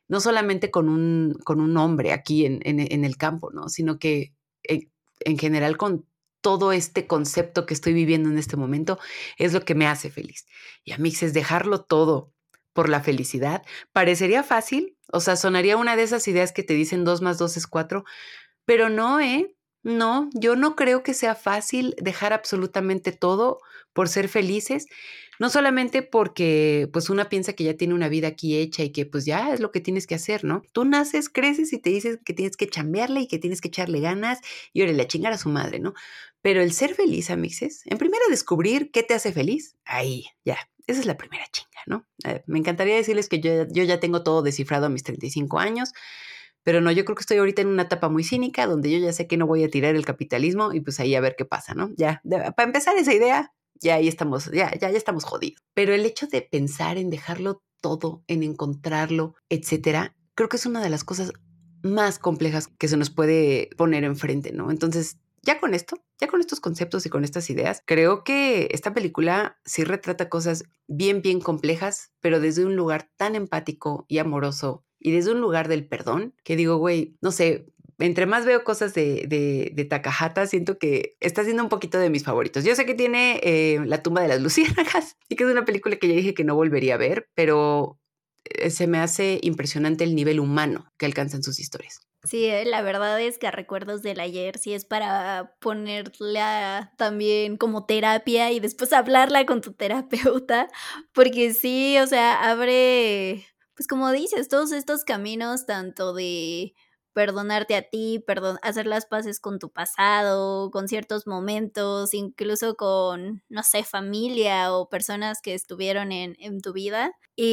no solamente con un, con un hombre aquí en, en, en el campo, ¿no? Sino que en, en general con todo este concepto que estoy viviendo en este momento es lo que me hace feliz. Y Amix, es dejarlo todo por la felicidad. Parecería fácil, o sea, sonaría una de esas ideas que te dicen dos más dos es cuatro, pero no, ¿eh? No, yo no creo que sea fácil dejar absolutamente todo por ser felices, no solamente porque pues una piensa que ya tiene una vida aquí hecha y que pues ya es lo que tienes que hacer, ¿no? Tú naces, creces y te dices que tienes que chambearle y que tienes que echarle ganas y órale, a chingar a su madre, ¿no? Pero el ser feliz, amixes, en primera descubrir qué te hace feliz, ahí, ya, esa es la primera chinga, ¿no? Eh, me encantaría decirles que yo, yo ya tengo todo descifrado a mis treinta y cinco años, pero no, yo creo que estoy ahorita en una etapa muy cínica donde yo ya sé que no voy a tirar el capitalismo y pues ahí a ver qué pasa, ¿no? Ya, de, para empezar esa idea, ya ahí estamos, ya, ya, ya estamos jodidos. Pero el hecho de pensar en dejarlo todo, en encontrarlo, etcétera, creo que es una de las cosas más complejas que se nos puede poner enfrente, ¿no? Entonces, ya con esto, ya con estos conceptos y con estas ideas, creo que esta película sí retrata cosas bien, bien complejas, pero desde un lugar tan empático y amoroso y desde un lugar del perdón, que digo, güey, no sé, entre más veo cosas de, de, de Takahata, siento que está siendo un poquito de mis favoritos. Yo sé que tiene eh, La tumba de las luciérnagas y que es una película que ya dije que no volvería a ver, pero eh, se me hace impresionante el nivel humano que alcanzan sus historias. Sí, eh, la verdad es que Recuerdos del Ayer sí es para ponerla también como terapia y después hablarla con tu terapeuta, porque sí, o sea, abre, pues como dices, todos estos caminos tanto de perdonarte a ti, perdón, hacer las paces con tu pasado, con ciertos momentos, incluso con, no sé, familia o personas que estuvieron en, en tu vida.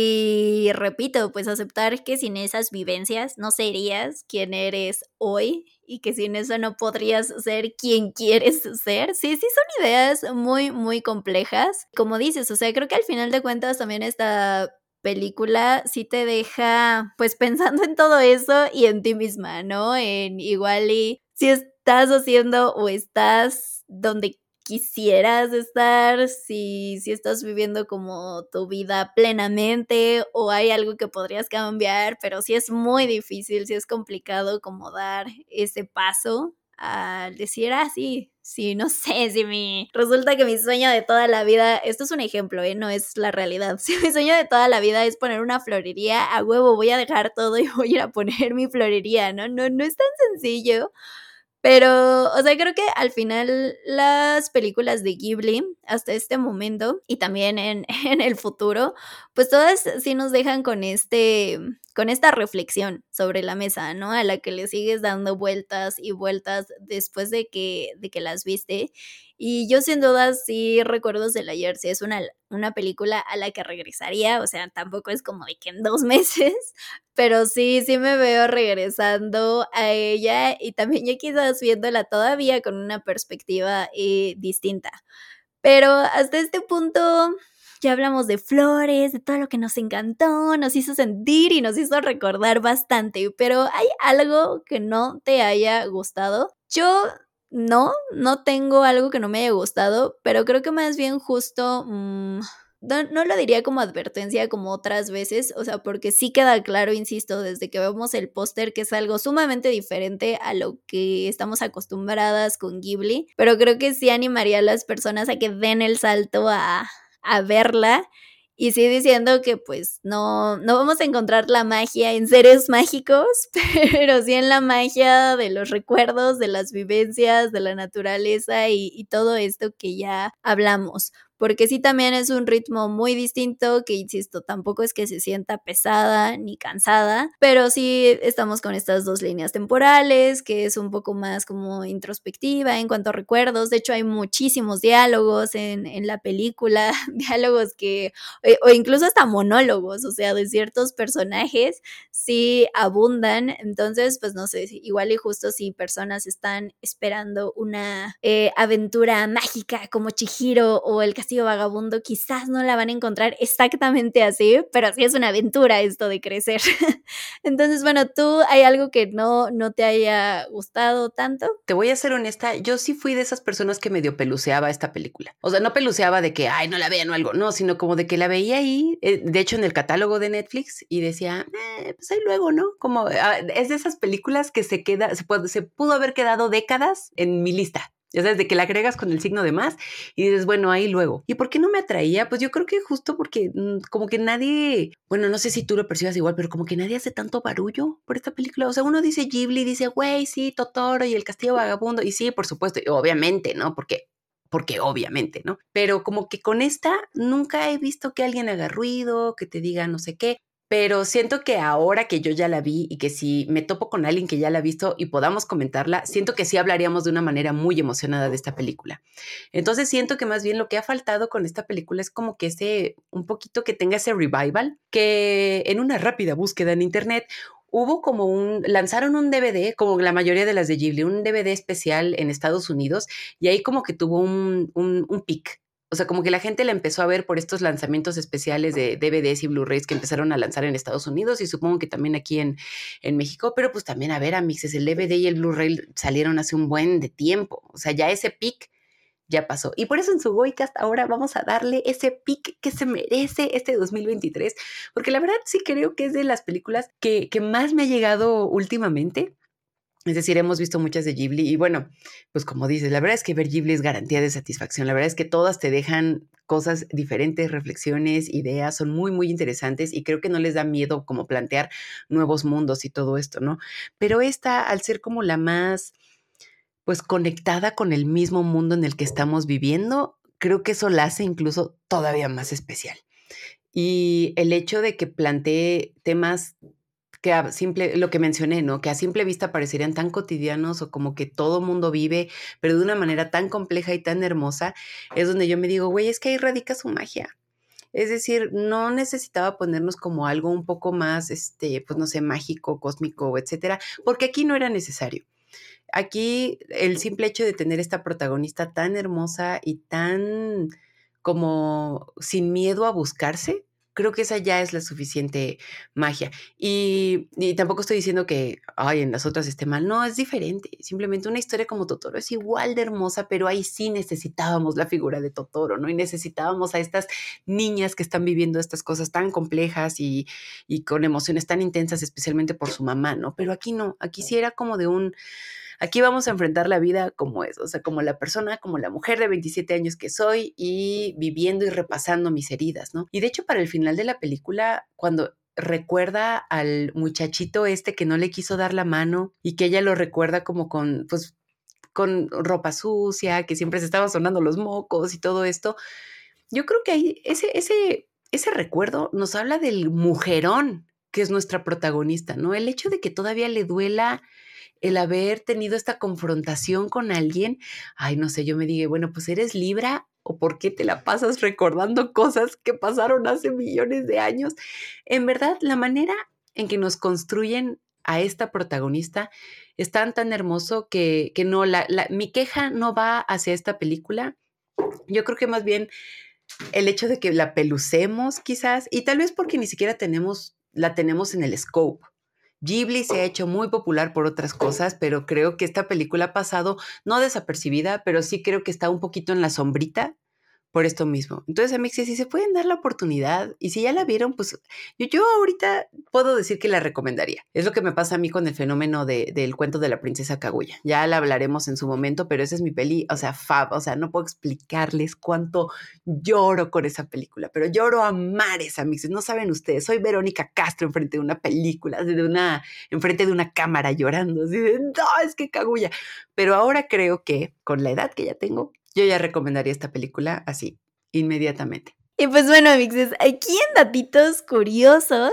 Y repito, pues aceptar que sin esas vivencias no serías quien eres hoy y que sin eso no podrías ser quien quieres ser. Sí, sí son ideas muy, muy complejas. Como dices, o sea, creo que al final de cuentas también esta película sí te deja pues pensando en todo eso y en ti misma, ¿no? En igual y si estás haciendo o estás donde quisieras estar, si, si estás viviendo como tu vida plenamente o hay algo que podrías cambiar, pero sí es muy difícil, sí es complicado como dar ese paso al decir, ah, sí, sí, no sé, si mi, resulta que mi sueño de toda la vida, esto es un ejemplo, ¿eh? No es la realidad, si mi sueño de toda la vida es poner una florería, a huevo voy a dejar todo y voy a ir a poner mi florería, ¿no? No, no es tan sencillo. Pero, o sea, creo que al final las películas de Ghibli hasta este momento y también en, en el futuro, pues todas sí nos dejan con este, con esta reflexión sobre la mesa, ¿no? A la que le sigues dando vueltas y vueltas después de que, de que las viste. Y yo sin duda sí Recuerdos del Ayer, sí es una, una película a la que regresaría, o sea, tampoco es como de que en dos meses, pero sí, sí me veo regresando a ella y también ya quizás viéndola todavía con una perspectiva eh, distinta. Pero hasta este punto ya hablamos de flores, de todo lo que nos encantó, nos hizo sentir y nos hizo recordar bastante, pero ¿hay algo que no te haya gustado? Yo no, no tengo algo que no me haya gustado, pero creo que más bien justo... Mmm, no, no lo diría como advertencia como otras veces, o sea, porque sí queda claro, insisto, desde que vemos el póster que es algo sumamente diferente a lo que estamos acostumbradas con Ghibli, pero creo que sí animaría a las personas a que den el salto a, a verla y sí diciendo que pues no, no vamos a encontrar la magia en seres mágicos, pero sí en la magia de los recuerdos, de las vivencias, de la naturaleza y, y todo esto que ya hablamos. Porque sí también es un ritmo muy distinto, que insisto, tampoco es que se sienta pesada ni cansada, pero sí estamos con estas dos líneas temporales, que es un poco más como introspectiva en cuanto a recuerdos. De hecho, hay muchísimos diálogos en, en la película, diálogos que, o, o incluso hasta monólogos, o sea, de ciertos personajes, sí abundan. Entonces, pues no sé, igual y justo si personas están esperando una eh, aventura mágica como Chihiro o el Castillo Vagabundo quizás no la van a encontrar exactamente así, pero sí es una aventura esto de crecer. Entonces, bueno, ¿tú hay algo que no, no te haya gustado tanto? Te voy a ser honesta, yo sí fui de esas personas que medio peluceaba esta película. O sea, no peluceaba de que, ay, no la vean o algo, no, sino como de que la veía ahí, eh, de hecho en el catálogo de Netflix, y decía, eh, pues ahí luego, ¿no? Como ah, es de esas películas que se queda, se, puede, se pudo haber quedado décadas en mi lista. Ya sabes, de que la agregas con el signo de más y dices, bueno, ahí luego. ¿Y por qué no me atraía? Pues yo creo que justo porque mmm, como que nadie, bueno, no sé si tú lo percibas igual, pero como que nadie hace tanto barullo por esta película. O sea, uno dice Ghibli, dice, güey, sí, Totoro y el Castillo Vagabundo. Y sí, por supuesto, y obviamente, ¿no? Porque porque obviamente, ¿no? Pero como que con esta nunca he visto que alguien haga ruido, que te diga no sé qué. Pero siento que ahora que yo ya la vi y que si me topo con alguien que ya la ha visto y podamos comentarla, siento que sí hablaríamos de una manera muy emocionada de esta película. Entonces siento que más bien lo que ha faltado con esta película es como que ese, un poquito que tenga ese revival, que en una rápida búsqueda en internet hubo como un, lanzaron un D V D, como la mayoría de las de Ghibli, un D V D especial en Estados Unidos y ahí como que tuvo un, un, un pic. O sea, como que la gente la empezó a ver por estos lanzamientos especiales de D V Ds y Blu-rays que empezaron a lanzar en Estados Unidos y supongo que también aquí en, en México, pero pues también, a ver, amixes, el D V D y el Blu-ray salieron hace un buen de tiempo. O sea, ya ese pic ya pasó. Y por eso en su Goicast ahora vamos a darle ese pic que se merece este dos mil veintitrés, porque la verdad sí creo que es de las películas que, que más me ha llegado últimamente. Es decir, hemos visto muchas de Ghibli y bueno, pues como dices, la verdad es que ver Ghibli es garantía de satisfacción. La verdad es que todas te dejan cosas diferentes, reflexiones, ideas, son muy, muy interesantes y creo que no les da miedo como plantear nuevos mundos y todo esto, ¿no? Pero esta, al ser como la más, pues conectada con el mismo mundo en el que estamos viviendo, creo que eso la hace incluso todavía más especial. Y el hecho de que plantee temas que a simple, lo que mencioné, ¿no? Que a simple vista parecerían tan cotidianos o como que todo mundo vive, pero de una manera tan compleja y tan hermosa, es donde yo me digo, güey, es que ahí radica su magia. Es decir, no necesitaba ponernos como algo un poco más, este, pues no sé, mágico, cósmico, etcétera, porque aquí no era necesario. Aquí el simple hecho de tener esta protagonista tan hermosa y tan como sin miedo a buscarse, creo que esa ya es la suficiente magia. Y, y tampoco estoy diciendo que, ay, en las otras esté mal. No, es diferente. Simplemente una historia como Totoro es igual de hermosa, pero ahí sí necesitábamos la figura de Totoro, ¿no? Y necesitábamos a estas niñas que están viviendo estas cosas tan complejas y, y con emociones tan intensas, especialmente por su mamá, ¿no? Pero aquí no, aquí sí era como de un... Aquí vamos a enfrentar la vida como es, o sea, como la persona, como la mujer de veintisiete años que soy y viviendo y repasando mis heridas, ¿no? Y de hecho, para el final de la película, cuando recuerda al muchachito este que no le quiso dar la mano y que ella lo recuerda como con, pues, con ropa sucia, que siempre se estaban sonando los mocos y todo esto, yo creo que ahí ese, ese, ese recuerdo nos habla del mujerón que es nuestra protagonista, ¿no? El hecho de que todavía le duela el haber tenido esta confrontación con alguien, ay, no sé, yo me dije, bueno, pues eres Libra o por qué te la pasas recordando cosas que pasaron hace millones de años. En verdad, la manera en que nos construyen a esta protagonista es tan, tan hermoso que, que no, la, la, mi queja no va hacia esta película. Yo creo que más bien el hecho de que la pelucemos quizás, y tal vez porque ni siquiera tenemos, la tenemos en el scope. Ghibli se ha hecho muy popular por otras cosas, pero creo que esta película ha pasado, no desapercibida, pero sí creo que está un poquito en la sombrita por esto mismo. Entonces, amigos, si se pueden dar la oportunidad y si ya la vieron, pues yo, yo ahorita puedo decir que la recomendaría. Es lo que me pasa a mí con el fenómeno de, del cuento de la princesa Kaguya. Ya la hablaremos en su momento, pero esa es mi peli, o sea, fab, o sea, no puedo explicarles cuánto lloro con esa película, pero lloro a mares, amigos. No saben ustedes, soy Verónica Castro enfrente de una película, de una, enfrente de una cámara llorando, así de, no, es que Kaguya. Pero ahora creo que con la edad que ya tengo, yo ya recomendaría esta película así, inmediatamente. Y pues bueno, amigos, aquí en Datitos Curiosos,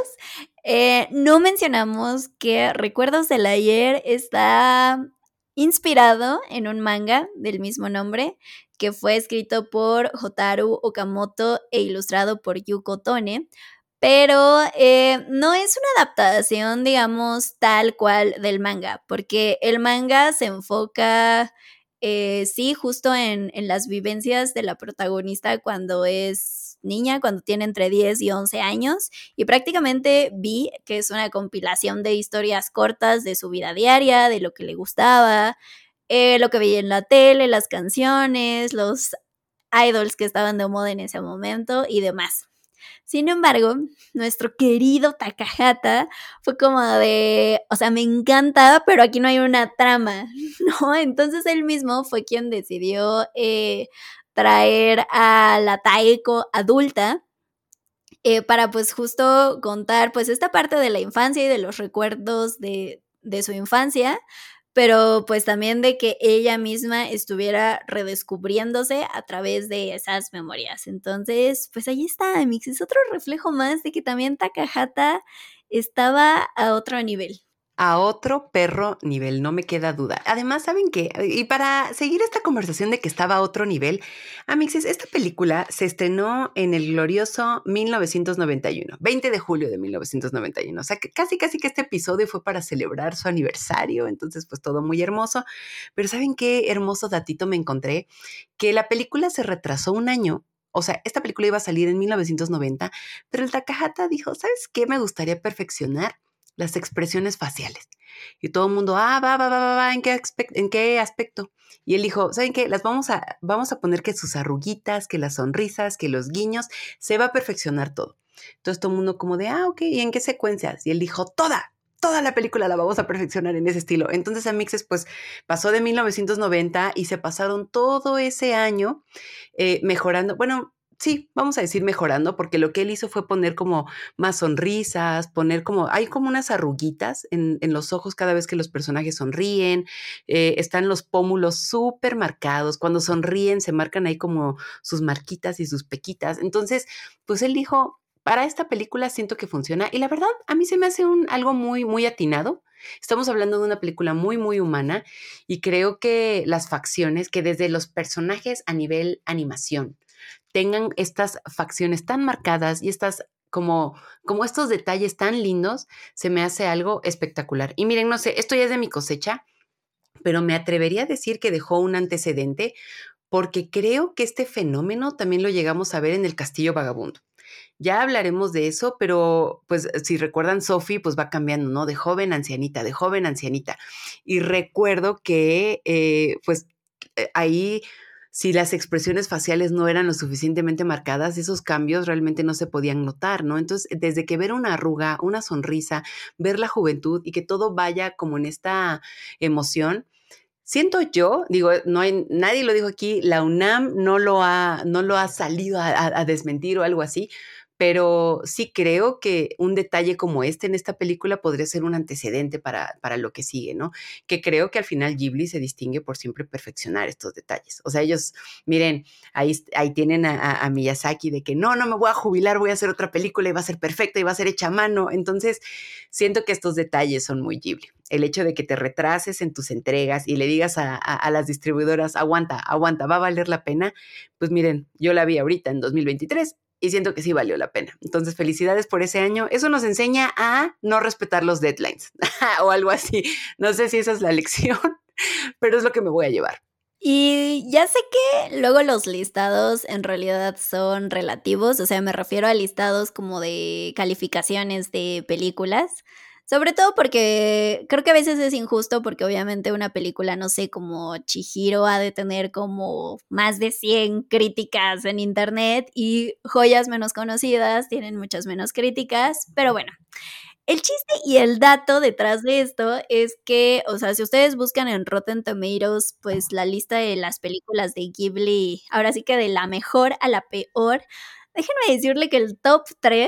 eh, no mencionamos que Recuerdos del Ayer está inspirado en un manga del mismo nombre, que fue escrito por Hotaru Okamoto e ilustrado por Yuko Tone, pero eh, no es una adaptación, digamos, tal cual del manga, porque el manga se enfoca eh, sí, justo en, en las vivencias de la protagonista cuando es niña, cuando tiene entre diez y once años, y prácticamente vi que es una compilación de historias cortas de su vida diaria, de lo que le gustaba, eh, lo que veía en la tele, las canciones, los idols que estaban de moda en ese momento y demás. Sin embargo, nuestro querido Takahata fue como de, o sea, me encanta, pero aquí no hay una trama, ¿no? Entonces él mismo fue quien decidió eh, traer a la Taeko adulta eh, para pues justo contar pues esta parte de la infancia y de los recuerdos de, de su infancia, pero pues también de que ella misma estuviera redescubriéndose a través de esas memorias. Entonces, pues ahí está, Mix, es otro reflejo más de que también Takahata estaba a otro nivel. A otro perro nivel, no me queda duda. Además, ¿saben qué? Y para seguir esta conversación de que estaba a otro nivel, amixes, esta película se estrenó en el glorioso mil novecientos noventa y uno, veinte de julio de mil novecientos noventa y uno. O sea, que casi, casi que este episodio fue para celebrar su aniversario, entonces pues todo muy hermoso. Pero ¿saben qué hermoso datito me encontré? Que la película se retrasó un año. O sea, esta película iba a salir en mil novecientos noventa, pero el Takahata dijo, ¿sabes qué me gustaría perfeccionar? Las expresiones faciales. Y todo el mundo, ah, va, va, va, va, va, ¿en qué, aspecto, ¿en qué aspecto? Y él dijo, ¿saben qué? Las vamos a, vamos a poner que sus arruguitas, que las sonrisas, que los guiños, se va a perfeccionar todo. Entonces todo el mundo como de, ah, ok, ¿y en qué secuencias? Y él dijo, toda, toda la película la vamos a perfeccionar en ese estilo. Entonces Amixes pues pasó de mil novecientos noventa y se pasaron todo ese año eh, mejorando, bueno, sí, vamos a decir mejorando, porque lo que él hizo fue poner como más sonrisas, poner como, hay como unas arruguitas en, en los ojos cada vez que los personajes sonríen, eh, están los pómulos súper marcados, cuando sonríen se marcan ahí como sus marquitas y sus pequitas. Entonces, pues él dijo, para esta película siento que funciona y la verdad a mí se me hace un, algo muy, muy atinado. Estamos hablando de una película muy, muy humana y creo que las facciones, que desde los personajes a nivel animación, tengan estas facciones tan marcadas y estas como, como estos detalles tan lindos, se me hace algo espectacular. Y miren, no sé, esto ya es de mi cosecha, pero me atrevería a decir que dejó un antecedente porque creo que este fenómeno también lo llegamos a ver en El Castillo Vagabundo. Ya hablaremos de eso, pero pues si recuerdan, Sophie pues va cambiando, ¿no? De joven a ancianita, de joven a ancianita. Y recuerdo que eh, pues eh, ahí si las expresiones faciales no eran lo suficientemente marcadas, esos cambios realmente no se podían notar, ¿no? Entonces, desde que ver una arruga, una sonrisa, ver la juventud y que todo vaya como en esta emoción, siento yo, digo, no hay, nadie lo dijo aquí, la UNAM no lo ha, no lo ha salido a, a, a desmentir o algo así, pero sí creo que un detalle como este en esta película podría ser un antecedente para, para lo que sigue, ¿no? Que creo que al final Ghibli se distingue por siempre perfeccionar estos detalles. O sea, ellos, miren, ahí, ahí tienen a, a, a Miyazaki de que no, no me voy a jubilar, voy a hacer otra película y va a ser perfecta y va a ser hecha a mano. Entonces, siento que estos detalles son muy Ghibli. El hecho de que te retrases en tus entregas y le digas a, a, a las distribuidoras, aguanta, aguanta, va a valer la pena. Pues miren, yo la vi ahorita en dos mil veintitrés y siento que sí valió la pena. Entonces, felicidades por ese año. Eso nos enseña a no respetar los deadlines o algo así. No sé si esa es la lección, pero es lo que me voy a llevar. Y ya sé que luego los listados en realidad son relativos, o sea, me refiero a listados como de calificaciones de películas. Sobre todo porque creo que a veces es injusto porque obviamente una película, no sé, como Chihiro ha de tener como más de cien críticas en internet y joyas menos conocidas tienen muchas menos críticas, pero bueno. El chiste y el dato detrás de esto es que, o sea, si ustedes buscan en Rotten Tomatoes, pues la lista de las películas de Ghibli, ahora sí que de la mejor a la peor, déjenme decirle que el top tres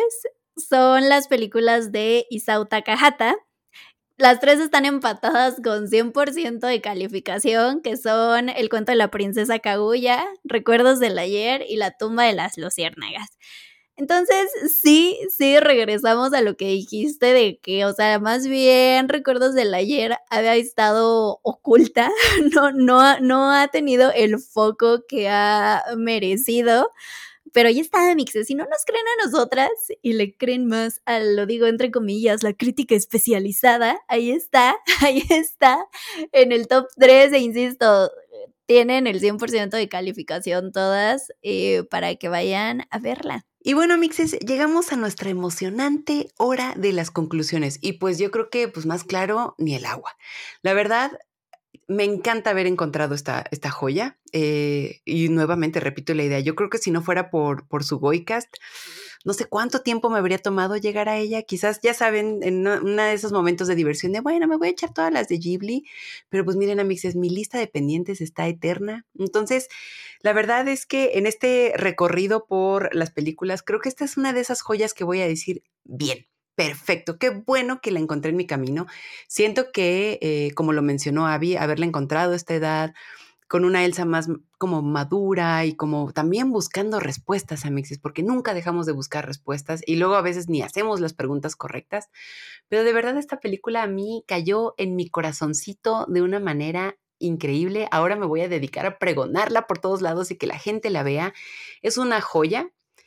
son las películas de Isao Takahata. Las tres están empatadas con cien por ciento de calificación, que son El cuento de la princesa Kaguya, Recuerdos del ayer y La tumba de las luciérnagas. Entonces, sí, sí, regresamos a lo que dijiste de que, o sea, más bien Recuerdos del ayer había estado oculta, no, no, no ha tenido el foco que ha merecido, pero ahí está, Mixes, si no nos creen a nosotras y le creen más a, lo digo entre comillas, la crítica especializada, ahí está, ahí está, en el top tres, e insisto, tienen el cien por ciento de calificación todas eh, para que vayan a verla. Y bueno, mixes, llegamos a nuestra emocionante hora de las conclusiones. Y pues yo creo que, pues más claro, ni el agua. La verdad, me encanta haber encontrado esta, esta joya. Eh, y nuevamente repito la idea. Yo creo que si no fuera por, por su Goicast, no sé cuánto tiempo me habría tomado llegar a ella. Quizás, ya saben, en uno de esos momentos de diversión de, bueno, me voy a echar todas las de Ghibli. Pero pues miren, amixes, mi lista de pendientes está eterna. Entonces, la verdad es que en este recorrido por las películas, creo que esta es una de esas joyas que voy a decir, bien, perfecto, qué bueno que la encontré en mi camino. Siento que, eh, como lo mencionó Abby, haberla encontrado a esta edad, con una Elsa más como madura y como también buscando respuestas, amixes, porque nunca dejamos de buscar respuestas y luego a veces ni hacemos las preguntas correctas. Pero de verdad esta película a mí cayó en mi corazoncito de una manera increíble. Ahora me voy a dedicar a pregonarla por todos lados y que la gente la vea. Es una joya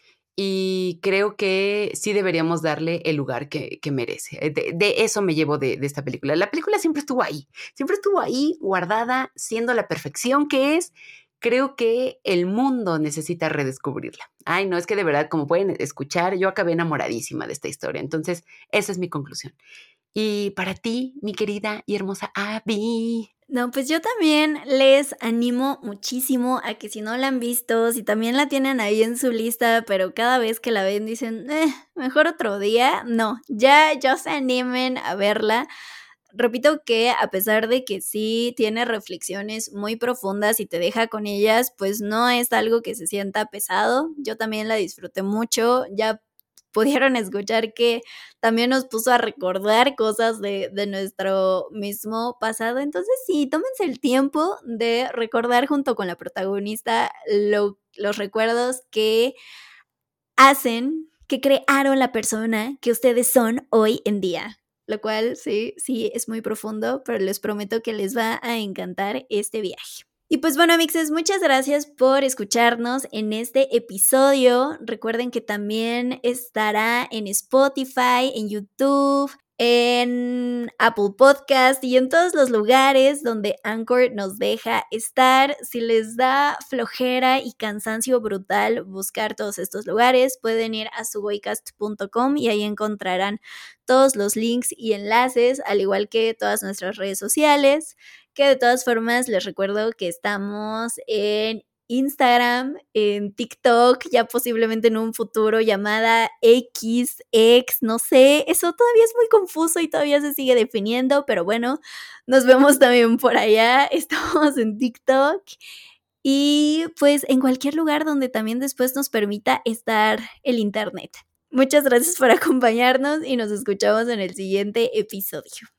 y creo que sí deberíamos darle el lugar que, que merece. De, de eso me llevo de, de esta película. La película siempre estuvo ahí, siempre estuvo ahí guardada, siendo la perfección que es. Creo que el mundo necesita redescubrirla. Ay, no, es que de verdad, como pueden escuchar, yo acabé enamoradísima de esta historia. Entonces, esa es mi conclusión. Y para ti, mi querida y hermosa Abby. No, pues yo también les animo muchísimo a que si no la han visto, si también la tienen ahí en su lista, pero cada vez que la ven dicen, eh, mejor otro día, no, ya, ya se animen a verla. Repito que a pesar de que sí tiene reflexiones muy profundas y te deja con ellas, pues no es algo que se sienta pesado. Yo también la disfruté mucho, ya pudieron escuchar que también nos puso a recordar cosas de, de nuestro mismo pasado. Entonces sí, tómense el tiempo de recordar junto con la protagonista lo, los recuerdos que hacen, que crearon la persona que ustedes son hoy en día. Lo cual sí, sí es muy profundo, pero les prometo que les va a encantar este viaje. Y pues bueno, amixes, muchas gracias por escucharnos en este episodio. Recuerden que también estará en Spotify, en YouTube, en Apple Podcast y en todos los lugares donde Anchor nos deja estar. Si les da flojera y cansancio brutal buscar todos estos lugares, pueden ir a sugoicast punto com y ahí encontrarán todos los links y enlaces, al igual que todas nuestras redes sociales, que de todas formas les recuerdo que estamos en Instagram, en TikTok, ya posiblemente en un futuro llamada X, X, no sé, eso todavía es muy confuso y todavía se sigue definiendo, pero bueno, nos vemos también por allá, estamos en TikTok y pues en cualquier lugar donde también después nos permita estar el internet. Muchas gracias por acompañarnos y nos escuchamos en el siguiente episodio.